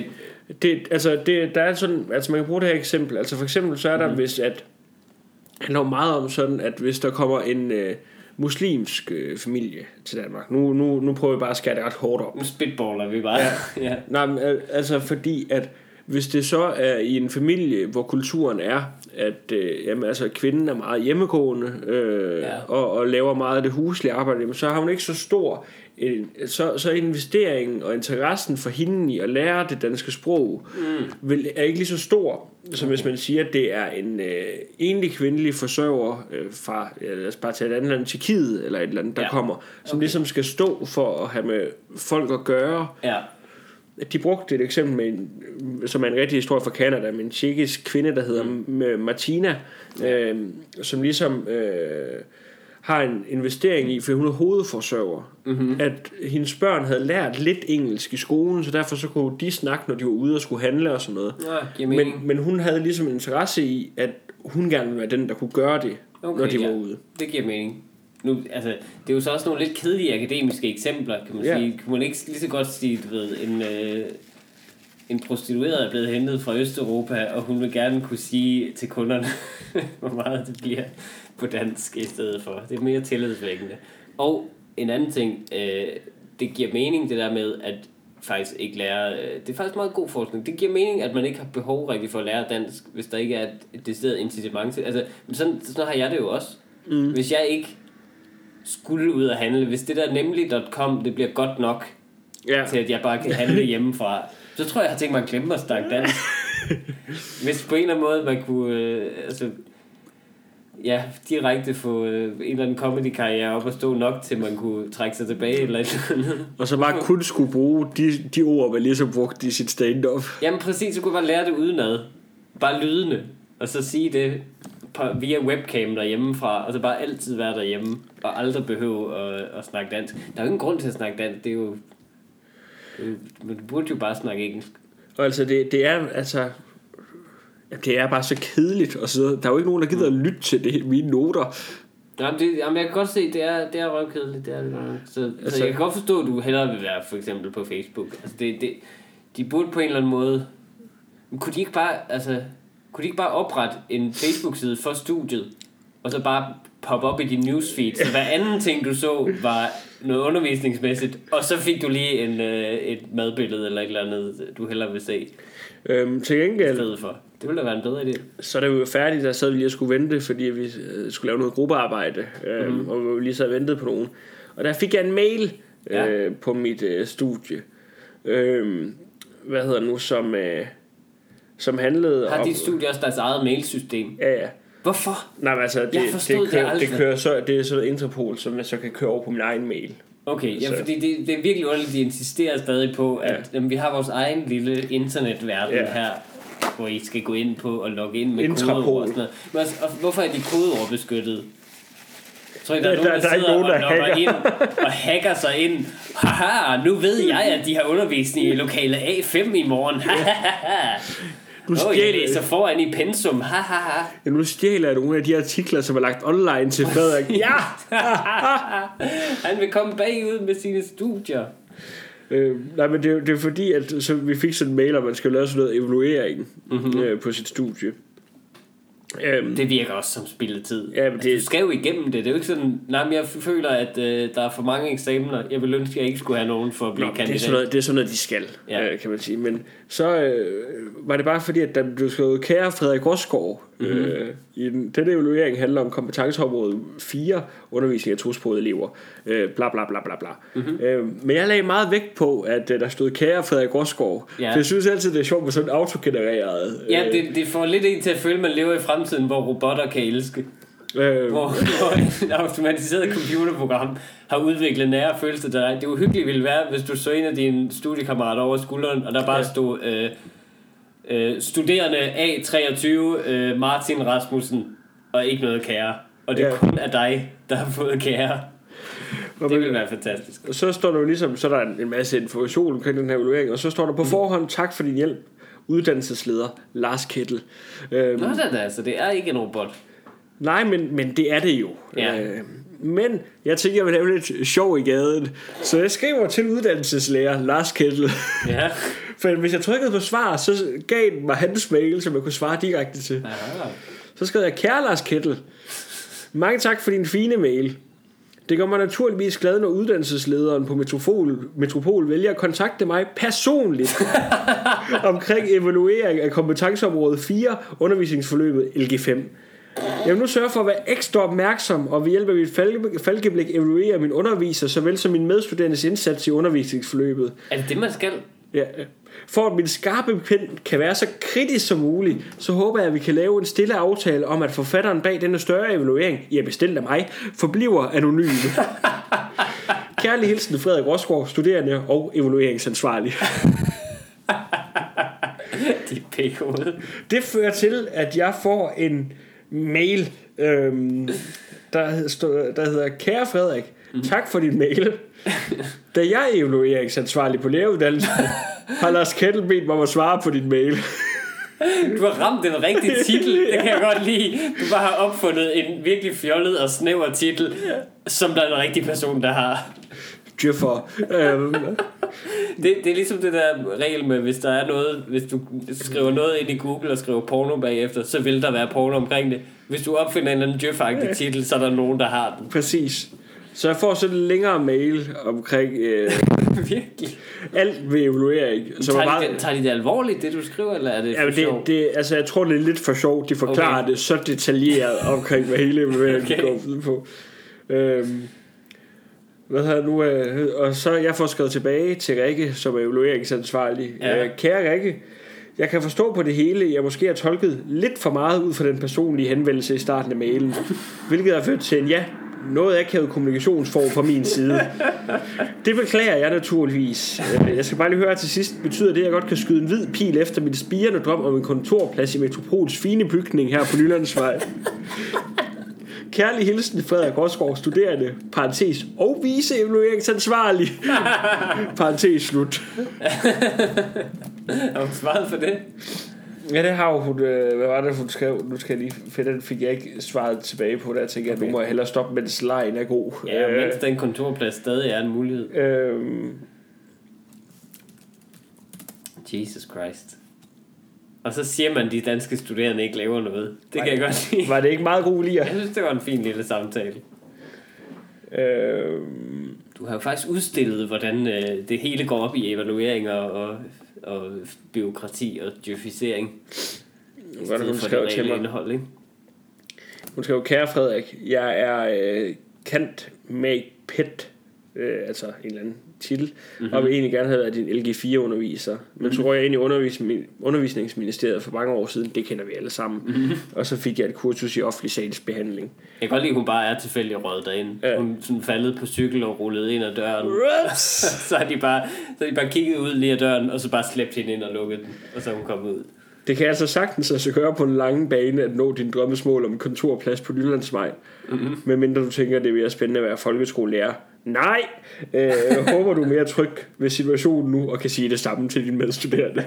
der er sådan, altså man kan bruge det her eksempel. Altså for eksempel så er der, hvis at handler meget om sådan, at hvis der kommer en muslimsk familie til Danmark. Nu prøver vi bare at skære det ret hårdt op. Nu spitballer vi bare. Ja. Nej, men, altså fordi at hvis det så er i en familie, hvor kulturen er, at kvinden er meget hjemmegående og laver meget af det huslige arbejde, så har hun ikke så stor så investeringen og interessen for hende i at lære det danske sprog er ikke lige så stor, som hvis man siger, at det er en enlig kvindelig forsørger fra, lad os bare tage et andet land, Tjekkiet eller et eller andet, der kommer, som ligesom skal stå for at have med folk at gøre. Ja. De brugte et eksempel med som er en rigtig historie fra Canada, med en tjekkisk kvinde, der hedder Martina, som ligesom har en investering i, for hun er hovedforsørger, at hendes børn havde lært lidt engelsk i skolen, så derfor så kunne de snakke, når de var ude og skulle handle og sådan noget. Men hun havde ligesom en interesse i, at hun gerne ville være den, der kunne gøre det, når de var ude. Det giver mening. Nu, altså, det er jo så også nogle lidt kedelige akademiske eksempler, kan man sige. Kan man ikke lige så godt sige, du ved, en prostitueret er blevet hentet fra Østeuropa, og hun vil gerne kunne sige til kunderne, hvor meget det bliver på dansk i stedet for. Det er mere tillidsvækkende. Og en anden ting, det giver mening det der med, at faktisk ikke lære, det er faktisk meget god forskning. Det giver mening, at man ikke har behov rigtig for at lære dansk, hvis der ikke er et decideret incitament til. Altså, sådan har jeg det jo også. Hvis jeg ikke skulle ud og handle, hvis det der nemlig.com, det bliver godt nok til, at jeg bare kan handle hjemmefra, Så tror jeg har tænkt mig at glemme at snakke dansk. Hvis på en eller anden måde man kunne direkte få en eller anden comedy-karriere op og stå nok til man kunne trække sig tilbage eller et eller andet. Og så bare kun skulle bruge de ord man ligesom brugte i sit stand-up. Jamen præcis, så kunne man bare lære det udenad. Bare lydende. Og så sige det via webcam derhjemmefra. Og så bare altid være derhjemme. Og aldrig behøve at snakke dansk. Der er jo ingen grund til at snakke dansk. Det er jo... Man burde jo bare snakke engelsk. Og altså det er altså... Det er bare så kedeligt. Og så, der er jo ikke nogen der gider at lytte til det, mine noter. Jamen jeg kan godt se, det er røvkedeligt. Det er det. Så jeg kan godt forstå, at du hellere vil være for eksempel på Facebook. Altså de burde på en eller anden måde... Kunne de ikke bare oprette en Facebook-side for studiet, og så bare poppe op i din newsfeed, så hver anden ting du så var noget undervisningsmæssigt, og så fik du lige et madbillede eller et eller andet du hellere vil se. Til gengæld, i stedet for. Det ville da være en bedre idé. Så da vi var færdige, der sad vi lige og skulle vente, fordi vi skulle lave noget gruppearbejde, og vi lige sad og ventede på nogen. Og der fik jeg en mail på mit studie, som handlede om... Har dit studie også deres eget mailsystem? Ja. Hvorfor? Nej, men altså, det er sådan et Interpol, som jeg så kan køre over på min egen mail. Okay, ja, fordi det er virkelig underligt, de insisterer stadig på, at vi har vores egen lille internetverden her, hvor I skal gå ind på og logge ind med kodeord og sådan noget. Men og hvorfor er de kodeord beskyttet? Så der er nogen, der sidder og logger ind og hacker sig ind. Haha, nu ved jeg, at de har undervisning i lokale A5 i morgen. Jeg læser foran i pensum. Ja, nu stjæler jeg nogle af de artikler, som er lagt online til Frederik. Ja! Han vil komme bagud med sine studier. Nej, men det er fordi, at så vi fik sådan en mail, om man skal lave sådan noget evaluering på sit studie. Det virker også som spildetid. Ja, men du skal jo igennem det. Det er jo ikke sådan, men jeg føler, at der er for mange eksamener. Jeg vil ønske, at jeg ikke skulle have nogen for at blive kandidat. Det er sådan noget, de skal, kan man sige. Men så var det bare fordi, at der blev skrevet, kære Frederik Rosgaard, denne evaluering handler om kompetenceområde 4, undervisning af tosprogede elever, bla bla bla bla bla. Men jeg lagde meget vægt på, at der stod kære Frederik Rosgaard. For jeg synes altid, det er sjovt med sådan autogenereret. Ja, det får lidt en til at føle, at man lever i fremtiden, hvor robotter kan elske. Hvor et automatiseret computerprogram har udviklet nære følelser til dig. Det uhyggelige ville være, hvis du så en af dine studiekammerater over skulderen, og der bare stod studerende A23 Martin Rasmussen, og ikke noget kære. Og det kun er dig, der har fået kære. Det ville være fantastisk. Og så står der jo ligesom, så der er en masse information omkring den her evaluering, og så står der på forhånd, tak for din hjælp, uddannelsesleder Lars Kettel. Så det er ikke en robot. Nej, men det er det jo. Men jeg tænker, jeg vil lave lidt sjov i gaden, så jeg skriver til uddannelseslærer Lars Kettel. Ja. For hvis jeg trykkede på svar, så gav den mig hans mail, som jeg kunne svare direkte til. Aha. Så skrev jeg, kære Lars Kettel, mange tak for din fine mail. Det gør mig naturligvis glad, når uddannelseslederen på Metropol vælger at kontakte mig personligt omkring evaluering af kompetenceområde 4, undervisningsforløbet LG5. Jeg vil nu sørge for at være ekstra opmærksom og ved hjælp af mit falkeblik evaluere min underviser, såvel som min medstuderendes indsats i undervisningsforløbet. Er det man skal? Ja. For at min skarpe pen kan være så kritisk som muligt, så håber jeg, at vi kan lave en stille aftale om, at forfatteren bag denne større evaluering, bestilt af mig, forbliver anonym. Kærlig hilsen, Frederik Rosgaard, studerende og evalueringsansvarlig. De pækhoved. Det fører til, at jeg får en mail, der hedder, kære Frederik, tak for din mail. Da jeg er evalueringsansvarlig på læreruddannelsen, har Lars Kettel bedt mig om at svare på din mail. Du har ramt den rigtige titel. Det kan jeg godt lide. Du bare har opfundet en virkelig fjollet og snæver titel, som der er en rigtig person, der har. Djøffer. Det er ligesom det der regel med, hvis der er noget, hvis du skriver noget ind i Google og skriver porno bagefter, så vil der være porno omkring det. Hvis du opfinder en eller anden djøfagtig titel, så er der nogen, der har den. Præcis. Så jeg får sådan en længere mail omkring virkelig alt ved evaluering. Tager de det alvorligt, det du skriver, eller er det for sjovt? Altså jeg tror, det er lidt for sjovt. De forklarer det så detaljeret omkring, hvad hele evalueringen går ud på. Og så jeg får skrevet tilbage til Rikke, som er evalueringsansvarlig. Kære Rikke, jeg kan forstå på det hele, jeg måske har tolket lidt for meget ud fra den personlige henvendelse i starten af mailen, hvilket har ført til en noget akavet kommunikationsform fra min side. Det beklager jeg naturligvis. Jeg skal bare lige høre til sidst, betyder det, at jeg godt kan skyde en hvid pil efter mit spirende drøm om en kontorplads i Metropols fine bygning her på Jyllandsvej? Kærlig hilsen, Frederik Rosgaard, studerende, parentes, og viceevalueringsansvarlig, parentes slut. Har hun svaret for det? Ja, det har hun. Hvad var det, hun skrev? Nu skal jeg lige finde, den fik jeg ikke svaret tilbage på. Der tænker jeg, nu må jeg hellere stoppe, mens lejen er god. Ja, mens den kontorplads stadig er en mulighed. Jesus Christ. Og så siger man, at de danske studerende ikke laver noget. Det kan jeg godt sige. Var det ikke meget god lige? Jeg synes, det var en fin lille samtale. Du har jo faktisk udstillet, hvordan det hele går op i evalueringer og bureaukrati og djøfisering. Hvordan hun skrev til mig. Indhold, ikke? Hun skrev, kære Frederik, jeg er kant med pet, altså en eller anden titel, og vil egentlig gerne have været din LG4-underviser. Men så røg jeg ind i undervisningsministeriet for mange år siden, det kender vi alle sammen. Og så fik jeg et kursus i offentlig sagsbehandling. Jeg kan godt lide, at hun bare er tilfældig røget derind. Hun sådan faldet på cykel og rullede ind ad døren. så har de bare kigget ud lige af døren, og så bare slæbt hende ind og lukket den, og så er hun kommet ud. Det kan altså sagtens gøre på en lang bane at nå din drømmesmål om kontorplads på Jyllandsvej. Medmindre du tænker, det vil være spændende at være folkeskolelærer. Nej, håber du er mere tryg ved situationen nu og kan sige det samme til dine medstuderende.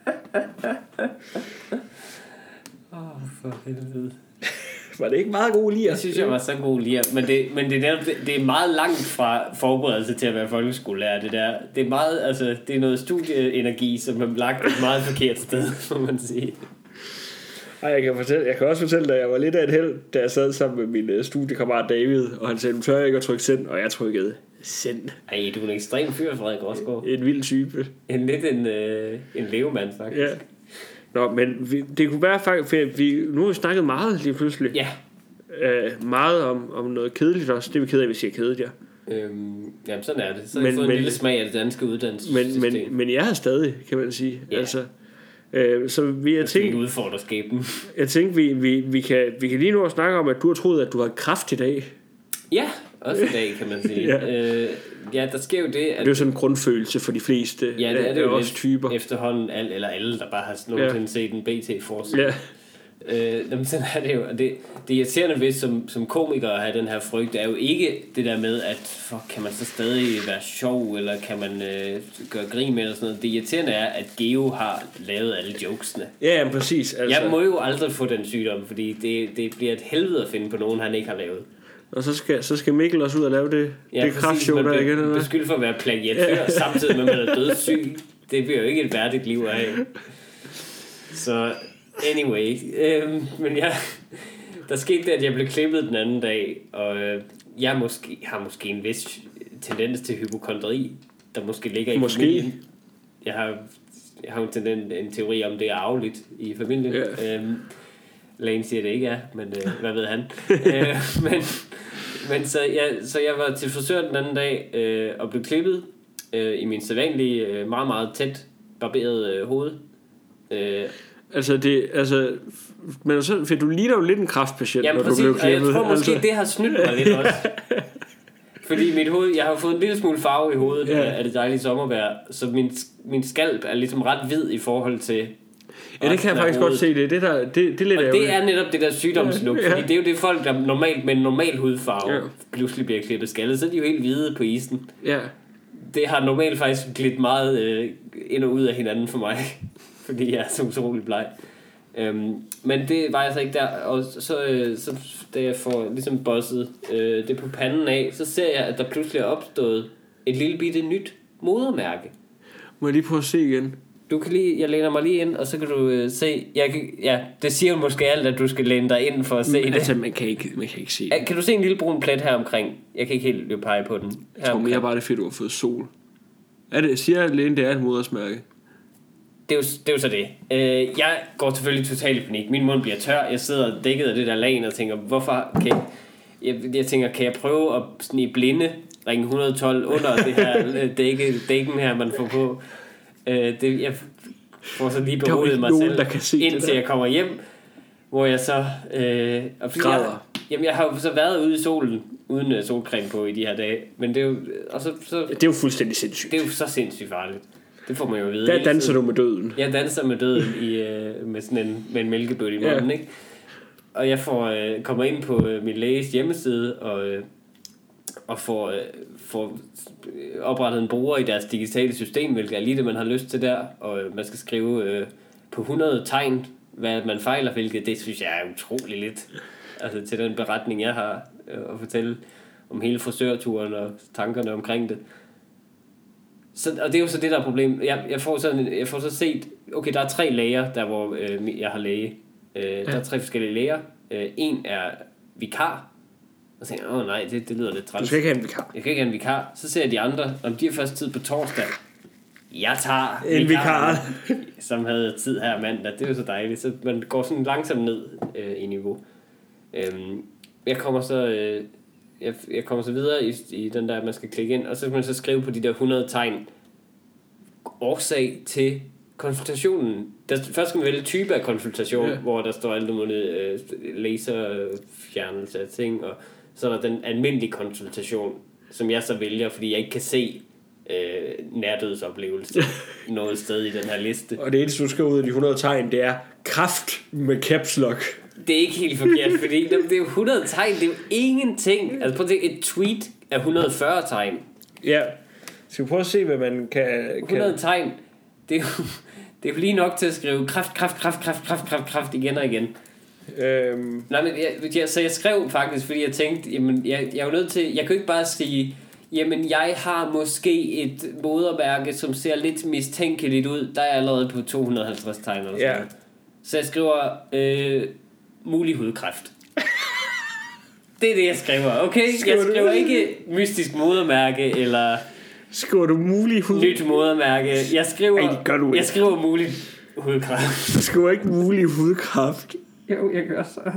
For helvede. Var det ikke meget god lige? Jeg synes, jeg var så god lige. Men det er meget langt fra forberedelse til at være folkeskolelærer. Det er meget, altså det er noget studieenergi, som er lagt et meget forkert sted, må man sige. Ej, jeg kan også fortælle dig, at jeg var lidt af et held, da jeg sad sammen med min studiekammerat David, og han sagde, du tør ikke at trykke send, og jeg trykkede send. Ej, du er en ekstrem fyr, Frederik Rosgaard. En vild type. En levemand, faktisk. Ja. Nå, men det kunne være faktisk, for nu har vi snakket meget lige pludselig. Ja. Meget om noget kedeligt også. Det er vi ked af, hvis jeg er kedeligt, ja. Jamen, sådan er det. Så har jeg fået en lille smag af det danske uddannelsessystem. Men jeg er stadig, kan man sige. Ja. Altså, så vi har tænkt, udfordrer skæbnen. Jeg tænkte, vi kan lige nu snakke om, at du har troet, at du har kræft i dag. Ja, også i dag, kan man sige. Ja, der sker jo det, at... Det er jo sådan en grundfølelse for de fleste. Ja, det er det jo også typer. Efterhånden, eller alle, der bare har nogensinde set en BT-forside. Ja. Jamen, sådan er det jo. Og det irriterende ved som komiker at have den her frygt, er jo ikke det der med, at kan man så stadig være sjov, eller kan man gøre grin med, eller sådan noget. Det irriterende er, at Geo har lavet alle jokesene. Ja, præcis. Altså. Jeg må jo aldrig få den sygdom, fordi det bliver et helvede at finde på nogen, han ikke har lavet. Og så skal Mikkel også ud og lave det kraftshow der igen. Man beskyldt for at være plagiatør, samtidig med at man er dødssyg. Det bliver jo ikke et værdigt liv at have. Så anyway, men der skete det, at jeg blev klippet den anden dag, og jeg har måske en vis tendens til hypokondri, der måske ligger i familien. Jeg har en teori om, det er arveligt i familien. Yeah. Lægen siger, det ikke er, men hvad ved han? Men så jeg var til frisør den anden dag og blev klippet i min sædvanlige, meget, meget tæt barberede hoved. Men så, for du ligner jo lidt en kræftpatient, når præcis, du blev klippet. Jeg tror måske, det har snydt mig lidt også. Fordi mit hoved, jeg har fået en lille smule farve i hovedet af det dejlige sommervejr, så min skalp er ligesom ret hvid i forhold til... Ja, det kan jeg faktisk godt se. Det er lidt og det er netop det der sygdomslook, fordi det er jo det folk, der normalt med en normal hudfarve pludselig bliver klippet skaldet, så er de jo helt hvide på isen. Ja. Det har normalt faktisk glidt meget ind og ud af hinanden for mig, fordi jeg er så utrolig bleg. Men det var altså ikke der, og så da jeg får ligesom bosset det på panden af, så ser jeg, at der pludselig er opstået et lille bitte nyt modermærke. Må jeg lige prøve at se igen? Du kan lige, jeg læner mig lige ind, og så kan du se. Det siger måske alt, at du skal læne dig ind for at se det. Altså, man kan ikke se det. Kan du se en lille brun plet her omkring? Jeg kan ikke helt pege på den. Jeg tror mere bare, det er fedt, du har fået sol. Siger lægen, det er et modersmærke? Det er jo så det. Jeg går selvfølgelig totalt i panik. Min mund bliver tør. Jeg sidder dækket af det der lagen og tænker, hvorfor kan jeg tænker, kan jeg prøve at sådan i blinde ring 112 under det her dækken her, man får på. Jeg får så lige beroliget mig selv, indtil jeg kommer hjem, hvor jeg så... græder. Jeg har jo så været ude i solen, uden solcreme på i de her dage, men det er jo... Og så, det er jo fuldstændig sindssygt. Det er jo så sindssygt farligt. Det får man jo at vide. Der danser du med døden. Jeg danser med døden med sådan med en mælkebøtte i munden, ikke? Og jeg kommer ind på min læges hjemmeside og får oprettet en bruger i deres digitale system, hvilket er lige det, man har lyst til der. Og man skal skrive på 100 tegn, hvad man fejler, hvilket det synes jeg er utrolig lidt. Altså til den beretning, jeg har at fortælle om hele frisørturen og tankerne omkring det. Og det er jo så det, der er problemet. Jeg får så set, okay, der er 3 læger, der hvor jeg har læge. Der er 3 forskellige læger. En er vikar. Og så tænker jeg, nej, det lyder lidt træls. Du skal ikke have en vikar. Jeg kan ikke have en vikar. Så ser jeg de andre, om de har først tid på torsdag. Jeg tager en vikar. Som havde tid her mandag. Det er jo så dejligt. Så man går sådan langsomt ned i niveau. Jeg kommer så videre i den der, man skal klikke ind, og så kan man så skrive på de der 100 tegn årsag til konsultationen. Først skal man vælge type af konsultation, hvor der står alt muligt laserfjernelse af ting, og så er der den almindelige konsultation, som jeg så vælger, fordi jeg ikke kan se nærdødsoplevelse noget sted i den her liste. Og det eneste, du skal ud af de 100 tegn, det er kræft med caps lock. Det er ikke helt forkert, fordi det er jo 100 tegn, det er jo ingenting. Altså prøv at tænke, et tweet er 140 tegn. Ja, skal vi prøve at se, hvad man kan... 100 tegn, det er jo lige nok til at skrive kræft igen og igen. Nej, men så jeg skrev faktisk, fordi jeg tænkte, jamen, jeg er jo nødt til, jeg kan jo ikke bare sige, jamen jeg har måske et modermærke, som ser lidt mistænkeligt ud, der er allerede på 250 tegn eller sådan noget. Så jeg skriver mulig hudkræft. Det er det, jeg skriver, okay? Jeg skriver ikke mystisk modermærke eller skriver du mulig nyt modermærke. Jeg skriver mulig hudkræft. Du skriver ikke mulig hudkræft. Jo, jeg gør så.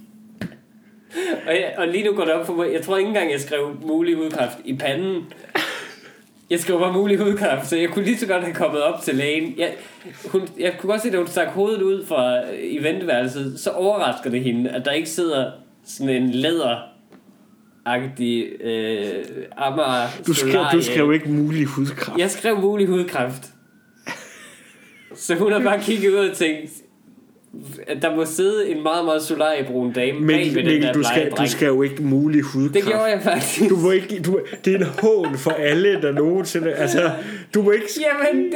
Og lige nu går det op for mig. Jeg tror ikke engang, jeg skrev mulig hudkræft i panden. Jeg skrev bare mulig hudkræft, så jeg kunne lige så godt have kommet op til lægen. Jeg kunne godt se, at hun stak hovedet ud i venteværelset. Så overrasker det hende, at der ikke sidder sådan en læderagtig Amager. Du skrev ikke mulig hudkræft. Jeg skrev mulig hudkræft. Så hun har bare kigget ud og tænkt, at der må sidde en meget, meget solariebrun dame bag ved den der du skal jo ikke mulig hudkræft. Det gjorde jeg faktisk. Det er en hån for alle, der nogensinde... Altså, du må ikke... Jamen,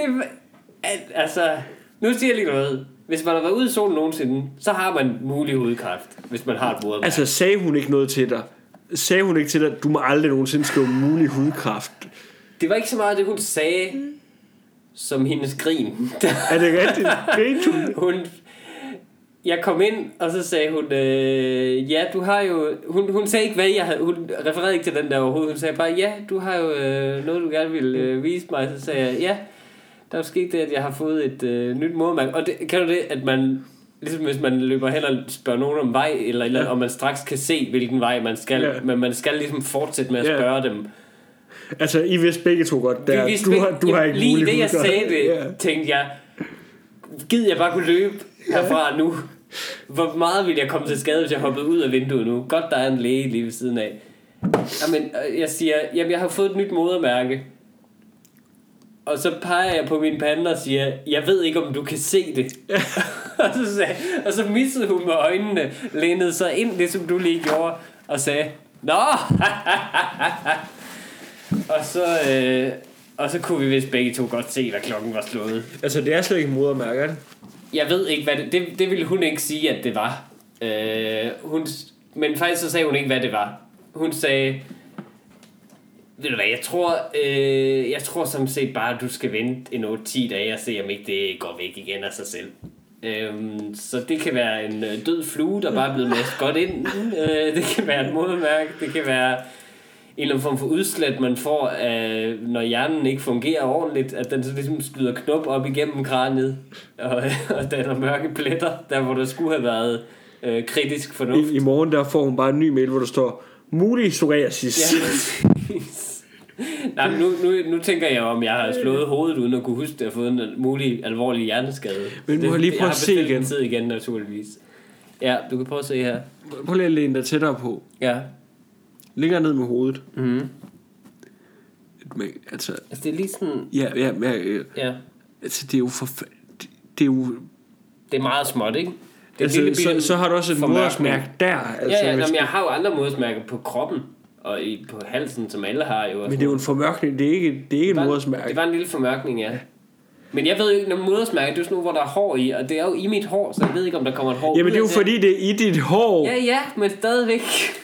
nu siger jeg lige noget. Hvis man har været ude i solen nogensinde, så har man mulig hudkræft, hvis man har et modermærke. Altså, sagde hun ikke noget til dig? Sagde hun ikke til dig, du må aldrig nogensinde skrive mulig hudkræft? Det var ikke så meget det, hun sagde, som hendes grin. Er det rigtigt? Jeg kom ind, og så sagde hun, ja, du har jo... Hun sagde ikke, hvad jeg havde... Hun refererede ikke til den der overhovedet. Hun sagde bare, ja, du har jo noget, du gerne vil vise mig. Så sagde jeg, ja, der er jo sket det, at jeg har fået et nyt modermærke. Og kan du det, at man... Ligesom hvis man løber hen og spørger nogen om vej, eller og man straks kan se, hvilken vej man skal. Men man skal ligesom fortsætte med at spørge dem. Altså, I vidste begge to godt, der du har ikke lige mulighed. Lige det, jeg sagde det, tænkte jeg, gid jeg bare kunne løbe herfra nu. Hvor meget ville jeg komme til skade, hvis jeg hoppede ud af vinduet nu? Godt, der er en læge lige ved siden af. Jamen, jeg siger, jamen, jeg har fået et nyt modermærke. Og så peger jeg på min pande og siger, jeg ved ikke, om du kan se det. og så missede hun med øjnene, lænede sig ind, det som du lige gjorde, og sagde, nå! Og så kunne vi vist begge to godt se, hvad klokken var slået. Altså, det er slet ikke modermærker. Jeg ved ikke, hvad det ville hun ikke sige, at det var. Men faktisk så sagde hun ikke, hvad det var. Hun sagde, ved du hvad, jeg tror som set bare, at du skal vente en 8-10 dage og se, om ikke det går væk igen af sig selv. Så det kan være en død flue, der bare er blevet mast godt ind. Det kan være et modermærke, det kan være en eller anden form for udslæt, man får, når hjernen ikke fungerer ordentligt, at den så ligesom skyder knop op igennem kraniet, og danner mørke pletter, der hvor der skulle have været kritisk fornuft. I morgen der får hun bare en ny mail, hvor der står, mulig psoriasis. Ja, Nej, nu tænker jeg om jeg har slået hovedet uden at kunne huske det og fået en mulig alvorlig hjerneskade. Men du har lige prøvet at se igen. Tid igen, naturligvis. Ja, du kan prøve at se her. Prøv lige at læne dig tættere på. Ja. Længere ned med hovedet. Mhm. Altså det er lige sådan... Ja. Altså, det er jo det er jo... Det er meget småt, ikke? Det er altså, så har du også et modersmærke der. Altså, men jeg har jo andre modersmærker på kroppen og på halsen, som alle har jo. Men det er jo en formørkning, det er ikke et modersmærke. Det var en lille formørkning, ja. Men jeg ved jo ikke, når modersmærke, det er sådan noget, hvor der er hår i, og det er jo i mit hår, så jeg ved ikke, om der kommer et hår. Jamen det er jo fordi, det er i dit hår. Ja, men stadigvæk.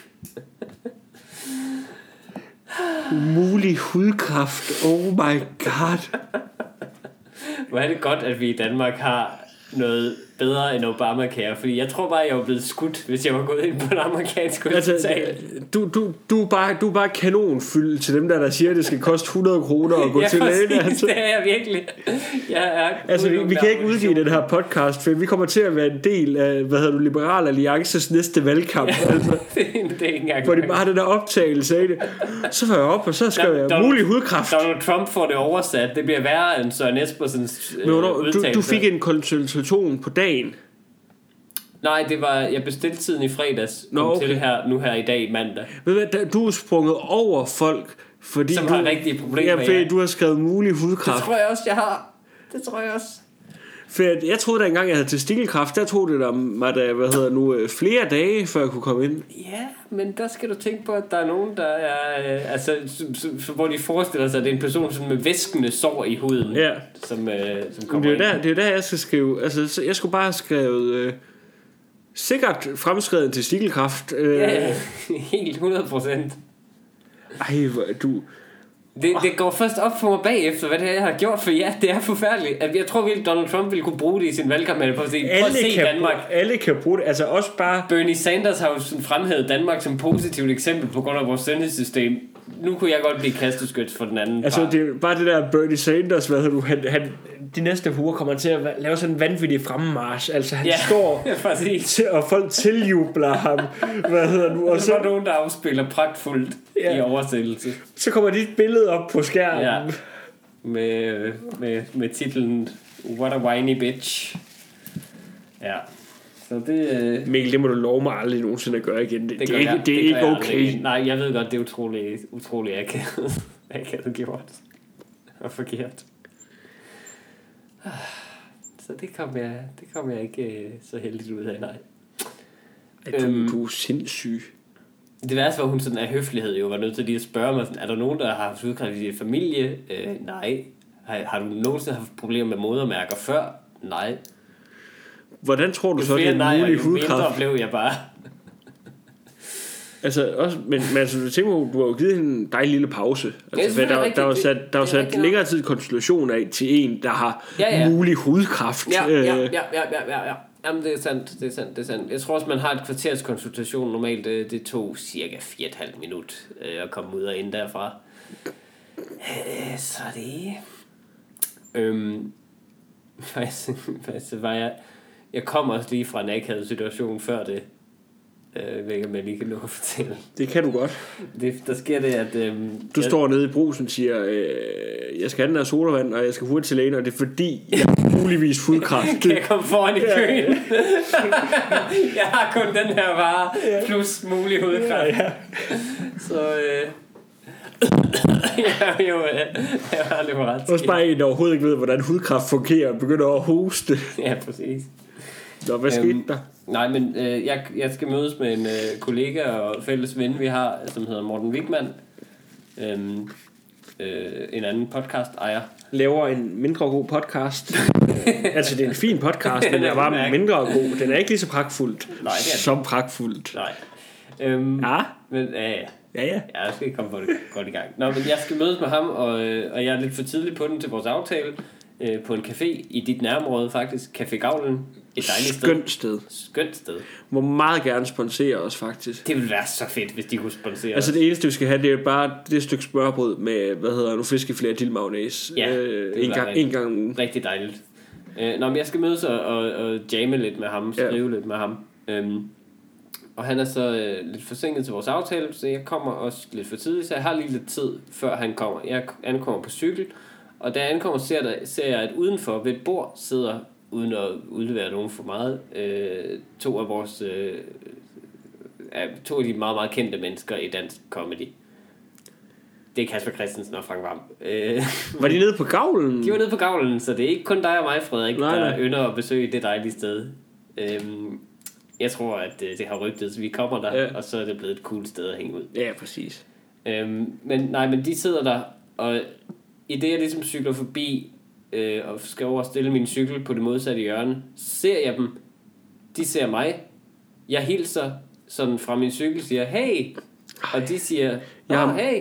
Umulig hudkræft, oh my god. Hvor er det godt, at vi i Danmark har noget bedre end Obamacare, fordi jeg tror bare, jeg var blevet skudt, hvis jeg var gået ind på en amerikansk hospital. Du er bare kanonfyldt til dem der siger, at det skal koste 100 kroner at gå til lægen. Altså. Det er jeg virkelig. Vi kan ikke udgive den her podcast, for vi kommer til at være en del af, Liberal Alliances næste valgkamp. Ja, altså. det er ikke engang. Hvor de bare har den der optagelse af det. Så var jeg op, og så skal jeg mulig hudkræft. Donald Trump får det oversat. Det bliver værre end Søren Espersens udtalelse. Du fik en konsultation på dagen. Nej, det var jeg bestilte tiden i fredags. Til her i dag mandag. Ved du hvad, du er sprunget over folk, fordi som har rigtige problemer. Ja, fordi du har skrevet mulig hudkræft. Det tror jeg også, jeg har. Det tror jeg også. For jeg troede da engang, jeg havde testikelkræft. Der tog det der, flere dage, før jeg kunne komme ind. Ja, men der skal du tænke på, at der er nogen, der er... hvor de forestiller sig, at det er en person sådan med væskende sår i huden. Ja. Som kommer det er der, jeg skal skrive... Altså, jeg skulle bare have skrevet... sikkert fremskreden testikelkræft. Ja, helt 100%. Ej, du... Det går først op for mig bagefter, hvad det er, jeg har gjort, for ja, det er forfærdeligt. At jeg tror virkelig, Donald Trump ville kunne bruge det i sin valgkampagne på at se Danmark. Alle kan bruge det, altså også bare... Bernie Sanders har jo sådan fremhævet Danmark som positivt eksempel på grund af vores sundhedssystem. Nu kunne jeg godt blive kasteskyts for den anden part. Det er bare det der Bernie Sanders, han de næste uger kommer til at lave sådan en vanvittig fremmarch. Altså han står og folk tiljubler ham. Og så er der nogen, der afspiller pragtfuldt i oversættelse. Så kommer dit billede op på skærmen. Ja. Med titlen What a whiny bitch. Ja. Så det... Mikkel, det må du love mig aldrig nogensinde at gøre igen. Det er ikke okay. Aldrig. Nej, jeg ved godt, det er utrolig akavet gjort. Og forkert. Så det kom jeg ikke så heldigt ud af, nej. Du er sindssyg. Det værste var, hun sådan af høflighed jo var nødt til lige at spørge mig, sådan, er der nogen, der har haft hudkræft i din familie? Nej. Har du nogensinde haft problemer med modermærker før? Nej. Hvordan tror du så, det er en mulig hudkræft? Jo mindre blev jeg bare. Altså, også, men altså, du tænker på, du har jo givet en dejlig lille pause. Altså, der var sat længere tid konsultation af til en, der har mulig hudkræft. Ja. Jamen, det er sandt. Jeg tror også, man har et kvarters konsultation normalt. Det tog cirka 4,5 minut at komme ud og ind derfra. Så det... Faktisk var jeg kom også lige fra en akavet situation før det. Jeg ved ikke, om jeg lige kan nå at fortælle. Det kan du godt. Der sker det, at... du står nede i brusen og siger, jeg skal have den her sodavand, og jeg skal hurtigt til lægen, og det er fordi, jeg har muligvis hudkræft. Kan jeg komme foran i køen? Jeg har kun den her vare, plus mulig hudkræft. Ja. Så... jeg har lidt ret. Også bare en, der overhovedet ikke ved, hvordan hudkræft fungerer, og begynder at hoste. Ja, præcis. Nå, hvad skete der? Nej, men jeg skal mødes med en kollega og fælles ven, vi har, som hedder Morten Wigman. En anden podcast ejer. Laver en mindre god podcast. Altså, det er en fin podcast, men den er bare mindre god. Den er ikke lige så pragtfuldt som pragtfuldt. Nej. Men Ja, jeg skal ikke komme godt i gang. Nå, men jeg skal mødes med ham, og jeg er lidt for tidlig på den til vores aftale. På en café i dit nærområde faktisk. Café Gavlen. Et dejligt Skønt sted. Må meget gerne sponsere os faktisk. Det ville være så fedt, hvis de kunne sponsere altså det eneste vi skal have, det er bare det stykke smørbrød med, fiskefilé og dillmayonnaise. Ja, en gang om ugen. Rigtig dejligt. Men jeg skal mødes og jamme lidt med ham, skrive lidt med ham. Og han er så lidt forsinket til vores aftale, så jeg kommer også lidt for tidligt, så jeg har lige lidt tid, før han kommer. Jeg ankommer på cykel, og da jeg ankommer, ser jeg, at udenfor ved et bord sidder, uden at udlevere nogen for meget, to af de meget, meget kendte mennesker i dansk comedy. Det er Kasper Christensen og Frank Hvam. Var de nede på gavlen? De var nede på gavlen, så det er ikke kun dig og mig, Frederik, der ynder at besøge det dejlige sted. Jeg tror, at det har rygtet, så vi kommer der, og så er det blevet et cool sted at hænge ud. Ja, præcis. Men de sidder der, og i det jeg ligesom cykler forbi, og skal over og stille min cykel på det modsatte hjørne, ser jeg dem. De ser mig. Jeg hilser sådan fra min cykel, siger hey, og de siger hey.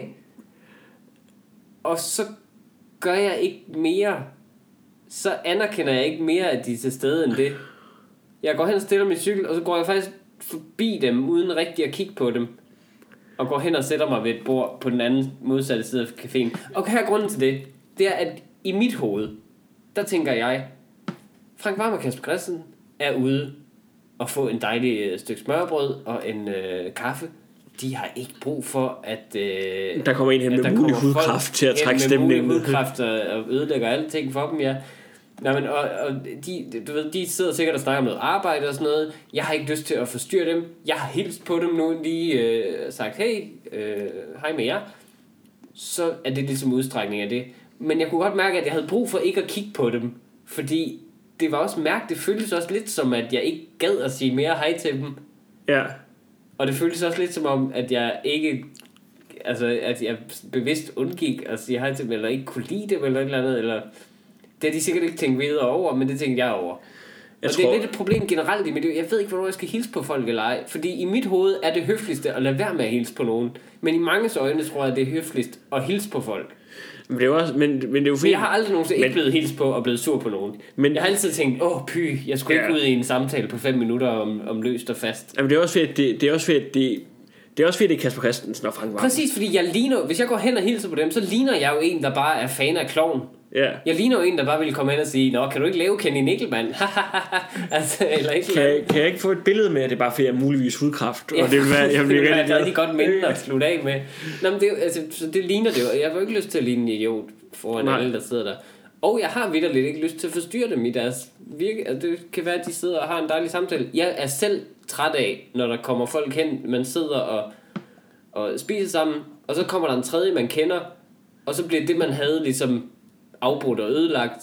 Og så gør jeg ikke mere. Så anerkender jeg ikke mere, at de er til stede end det. Jeg går hen og stiller min cykel, og så går jeg faktisk forbi dem, uden rigtig at kigge på dem. Og går hen og sætter mig ved et bord på den anden modsatte side af caféen. Og her er grunden til det. Det er, at i mit hoved, der tænker jeg, Frank Hvam og Kasper Christensen er ude og få en dejlig stykke smørbrød og en kaffe. De har ikke brug for, at der kommer en hen med mulig hudkraft til at trække stemningen. Med hudkraft og ødelægger alle ting for dem, ja. Nej, men og de sidder sikkert og snakker om noget arbejde og sådan noget. Jeg har ikke lyst til at forstyrre dem. Jeg har hilst på dem nu, lige sagt, hey, hej med jer. Så er det ligesom udstrækning af det. Men jeg kunne godt mærke, at jeg havde brug for ikke at kigge på dem. Fordi det var også det føltes også lidt som, at jeg ikke gad at sige mere hej til dem. Ja. Og det føltes også lidt som om, at jeg ikke... Altså, at jeg bevidst undgik at sige hej til dem, eller ikke kunne lide dem, eller et eller andet, eller... Det har de sikkert ikke tænkt videre over, men det tænkte jeg over. Det er lidt et problem generelt i mit liv. Jeg ved ikke, hvornår jeg skal hilse på folk eller ej. Fordi i mit hoved er det høfligste at lade være med at hilse på nogen. Men i manges øjne tror jeg, det er høfligst at hilse på folk. Men det er jo også, men det er jo fint. Jeg har aldrig nogensinde ikke blevet hilst på og blevet sur på nogen. Men jeg har altid tænkt, jeg skulle ikke ud i en samtale på 5 minutter om løst og fast. Jamen det er også fedt, det er også fedt, det er Kasper Christensen og Frank Hvam. Præcis, fordi hvis jeg går hen og hilser på dem, så ligner jeg jo en, der bare er fan af klovn. Yeah. Jeg ligner jo en, der bare ville komme hen og sige, nå, kan du ikke lave Kenny Nickelman? Altså, eller ikke kan jeg ikke få et billede med, at det er bare fordi, jeg er muligvis hudkræft? Ja, og det vil være, jeg vil være et rigtig godt minde at slutte af med. Nå, men så det ligner det jo. Jeg har jo ikke lyst til at ligne en idiot foran alle, der sidder der. Og jeg har vitterligt ikke lyst til at forstyrre dem i deres virke. Altså, det kan være, at de sidder og har en dejlig samtale. Jeg er selv træt af, når der kommer folk hen, man sidder og spiser sammen, og så kommer der en tredje, man kender, og så bliver det, man havde, ligesom afbrudt og ødelagt,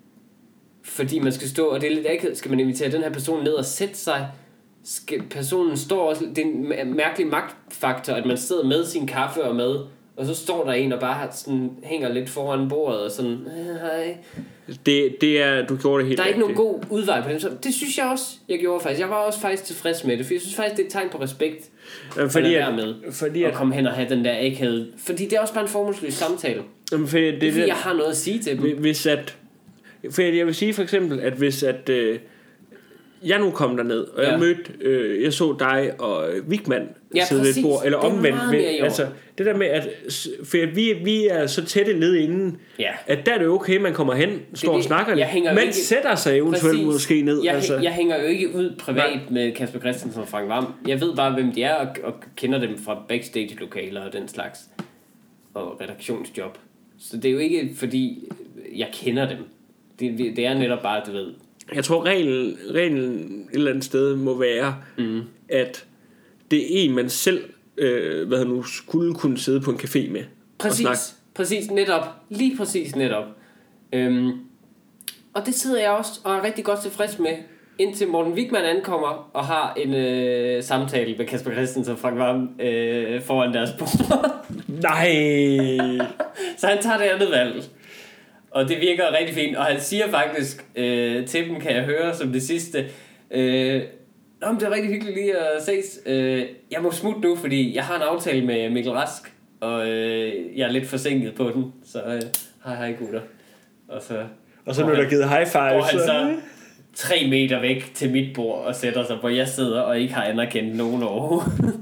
fordi man skal stå, og det er lidt akavet, skal man invitere den her person ned og sætte sig, personen står også, det er en mærkelig magtfaktor, at man sidder med sin kaffe og mad, og så står der en og bare sådan, hænger lidt foran bordet og sådan, hej. Det er, du gjorde det helt. Der er ikke nogen god udvej på dem, så det synes jeg også, jeg gjorde faktisk. Jeg var også faktisk tilfreds med det, for jeg synes faktisk, det er et tegn på respekt, fordi at komme hen og have den der æghed, fordi det er også bare en formålsløs samtale. Fordi jeg har noget at sige til dem. For jeg vil sige for eksempel, at hvis jeg nu kom derned, og jeg mødte, jeg så dig og Vigman sidde ved et bord, eller omvendt. Altså, det der med, at for vi er så tætte ned inden, at der er det okay, man kommer hen, står og snakker lidt. Man sætter sig eventuelt måske ned. Jeg hænger jo ikke ud privat med Kasper Christensen og Frank Hvam. Jeg ved bare, hvem de er, og kender dem fra backstage-lokaler og den slags, og redaktionsjob. Så det er jo ikke, fordi jeg kender dem. Det er netop bare, du ved. Jeg tror, reglen et eller andet sted må være, at det er en, man selv skulle kunne sidde på en café med. Præcis, netop. Lige præcis netop. Og det sidder jeg også og er rigtig godt tilfreds med, indtil Morten Wigman ankommer og har en samtale med Kasper Christensen og Frank Hvam foran deres bord. Nej! Så han tager det andet valg. Og det virker rigtig fint. Og han siger faktisk til dem, kan jeg høre som det sidste, men det er rigtig hyggeligt lige at ses. Jeg må smutte nu, fordi jeg har en aftale med Mikkel Rask, og jeg er lidt forsinket på den. Så hej gutter. Og så blev der givet high five. Og han så 3 meter væk til mit bord og sætter sig, hvor jeg sidder og ikke har anerkendt nogen overhovedet.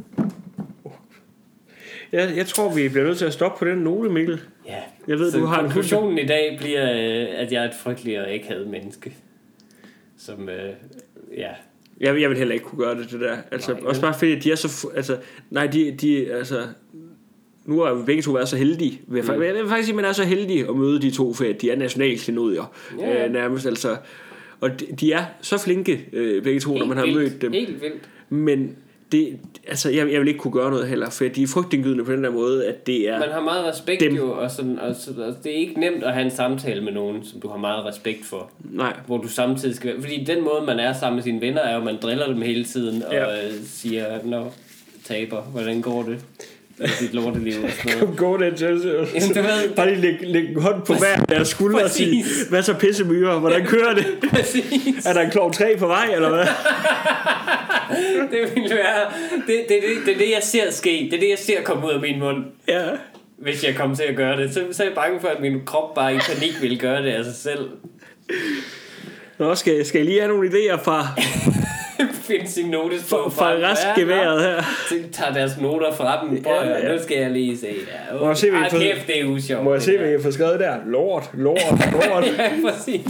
Jeg tror, vi bliver nødt til at stoppe på den note, Mikkel. Ja, jeg ved, så du har konklusionen i dag bliver, at jeg er et frygteligt og ikke-hadet menneske. Som, Jeg vil heller ikke kunne gøre det der. Altså, Nej, også bare fordi de er så altså, nej, de altså, nu har vi begge to været så heldige. Jeg vil faktisk sige, at man er så heldig at møde de to, for de er nationalklenodier nærmest. Altså, og de er så flinke begge to, når man har mødt dem. Helt vildt. Men det, altså, jeg vil ikke kunne gøre noget heller, for de er frygtindgydende på den der måde, at det er... Man har meget respekt dem. Jo, og det er ikke nemt at have en samtale med nogen, som du har meget respekt for. Nej. Hvor du samtidig skal... Fordi den måde, man er sammen med sine venner, er jo, man driller dem hele tiden, og siger, taber, hvordan går det? Dit lorteliv og sådan noget. Gå det til. Bare lige lægge en hånd på hver deres skulder og sige, hvad så pissemyrer, hvordan kører det? Præcis. Er der en klog 3 på vej, eller hvad? Det vil være... Det er det, jeg ser ske. Det er det, jeg ser komme ud af min mund. Ja. Hvis jeg kommer til at gøre det. Så er jeg bange for, at min krop bare i panik vil gøre det af sig selv. Nå, skal jeg lige have nogle idéer fra... Finde sin notes på fra restgeværet her. Så tager deres noter fra dem. Nu skal jeg lige se der. Må jeg se, hvad kæft, det er usjovt. Må jeg se, hvad jeg får skrevet der? Lort. Ja, præcis.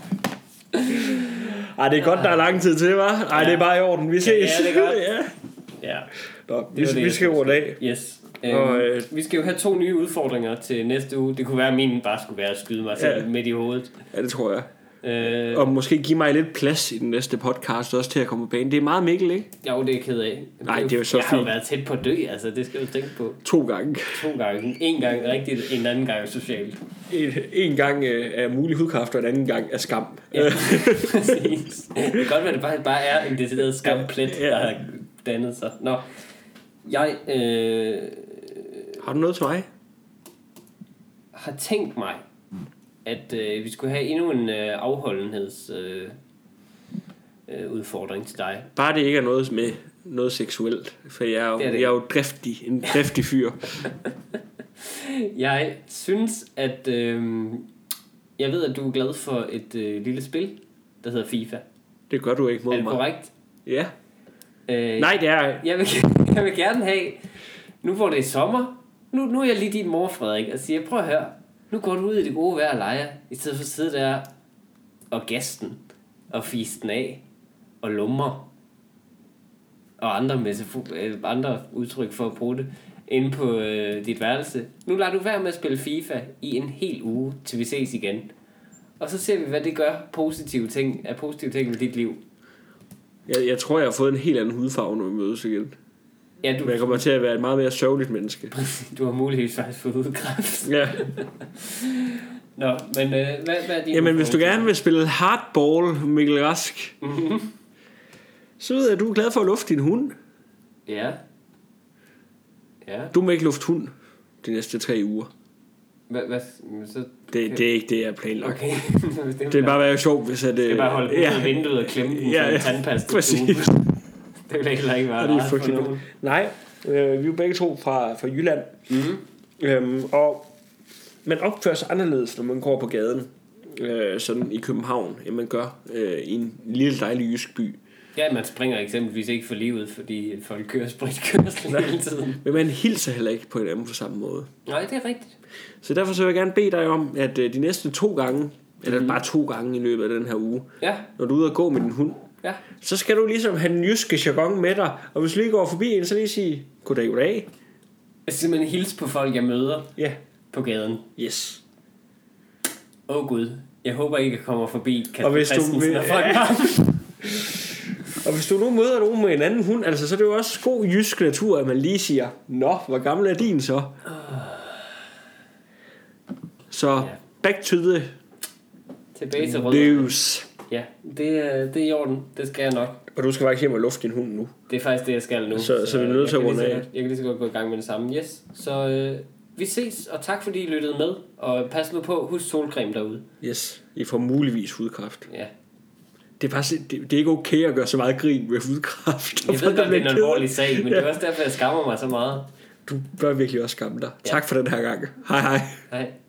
Ej, det er godt, der er lang tid til, hva'? Ej, det er bare i orden. Vi ses. Ja, det er godt. Ja. Nå, vi skal over dag. Yes. Vi skal jo have 2 nye udfordringer til næste uge. Det kunne være, at min bare skulle være at skyde mig selv midt i hovedet. Ja, det tror jeg. Og måske give mig lidt plads i den næste podcast også til at komme på banen. Det er meget Mikkel, ikke? Jo, det er jeg ked af. Nej, det er jo så jeg har jo været tæt på at dø, altså det skal du tænke på. 2 gange. 2 gange. En gang rigtigt, en anden gang socialt. En gang er mulig hudkræft, og en anden gang er skam. Ja, præcis. Det kan godt være, at det bare er en decideret skamplet, der har dannet sig. Nå, jeg... Har du noget til mig? Har tænkt mig, at vi skulle have endnu en afholdenheds udfordring til dig. Bare det ikke er noget med noget seksuelt, for jeg er jo en driftig fyr. Jeg synes, at jeg ved, at du er glad for et lille spil, der hedder FIFA. Det gør du ikke mod mig. Er det korrekt? Ja. Nej, det er... Jeg vil gerne have, nu hvor det er sommer, nu er jeg lige din mor, Frederik, og siger, prøv at høre, nu går du ud i det gode vejr og leger, i stedet for at sidde der og gasten, og fise den af, og lummer, og andre udtryk for at bruge det, inde på dit værelse. Nu lader du være med at spille FIFA i en hel uge, til vi ses igen. Og så ser vi, hvad det gør positive ting ved dit liv. Jeg tror, jeg har fået en helt anden hudfarve, når vi mødes igen. Ja, men jeg kommer til at være et meget mere sørgeligt menneske. Du har muligvis faktisk fået hudkræft. Ja. Nå, men hvad er din... Jamen, hvis du gerne vil spille hardball, Mikkel Rask, så ved jeg, at du er glad for at lufte din hund. Ja. Du må ikke lufte hund de næste 3 uger. Så... Det er ikke det, jeg er planlagt. Okay. Det er bare være sjovt, hvis at... Det er bare holde ud i vinduet og klemme den for en tandpasta. Præcis. Det vil heller ikke være rart for nogen. Nej, vi er jo begge to fra Jylland. Og man opfører sig anderledes, når man går på gaden, sådan i København, end man gør i en lille dejlig jysk by. Ja, man springer eksempelvis ikke for livet, fordi folk kører spritkørsel hele tiden. Men man hilser heller ikke på hinanden på samme måde. Nej, det er rigtigt. Så derfor så vil jeg gerne bede dig om, at de næste 2 gange, eller bare 2 gange i løbet af den her uge, når du er ude og gå med din hund, så skal du ligesom have den jyske jargon med dig. Og hvis du lige går forbi en, så lige sige, goddag. Jeg simpelthen hilse på folk, jeg møder på gaden. Yes. Gud, jeg håber ikke, jeg kommer forbi Kasper Christensen og folk. Og hvis du nu møder nogen med en anden hund, altså, så er det jo også god jysk natur, at man lige siger, nå, hvor gammel er din så? Så back to the tilbage til rødderne. News. Ja, det er i orden. Det skal jeg nok. Og du skal faktisk hjem og lufte din hund nu. Det er faktisk det, jeg skal nu. Så vi er nødt til at runde af. Jeg kan lige så godt gå i gang med det samme. Yes. Så vi ses, og tak fordi I lyttede med. Og pas nu på, husk solcreme derude. Yes, I får muligvis hudkræft. Ja. Det er ikke okay at gøre så meget grin med hudkræft. Jeg ved godt, det er en alvorlig sag, men det er også derfor, jeg skammer mig så meget. Du bør virkelig også skamme dig. Tak for den her gang. Hej. Hej.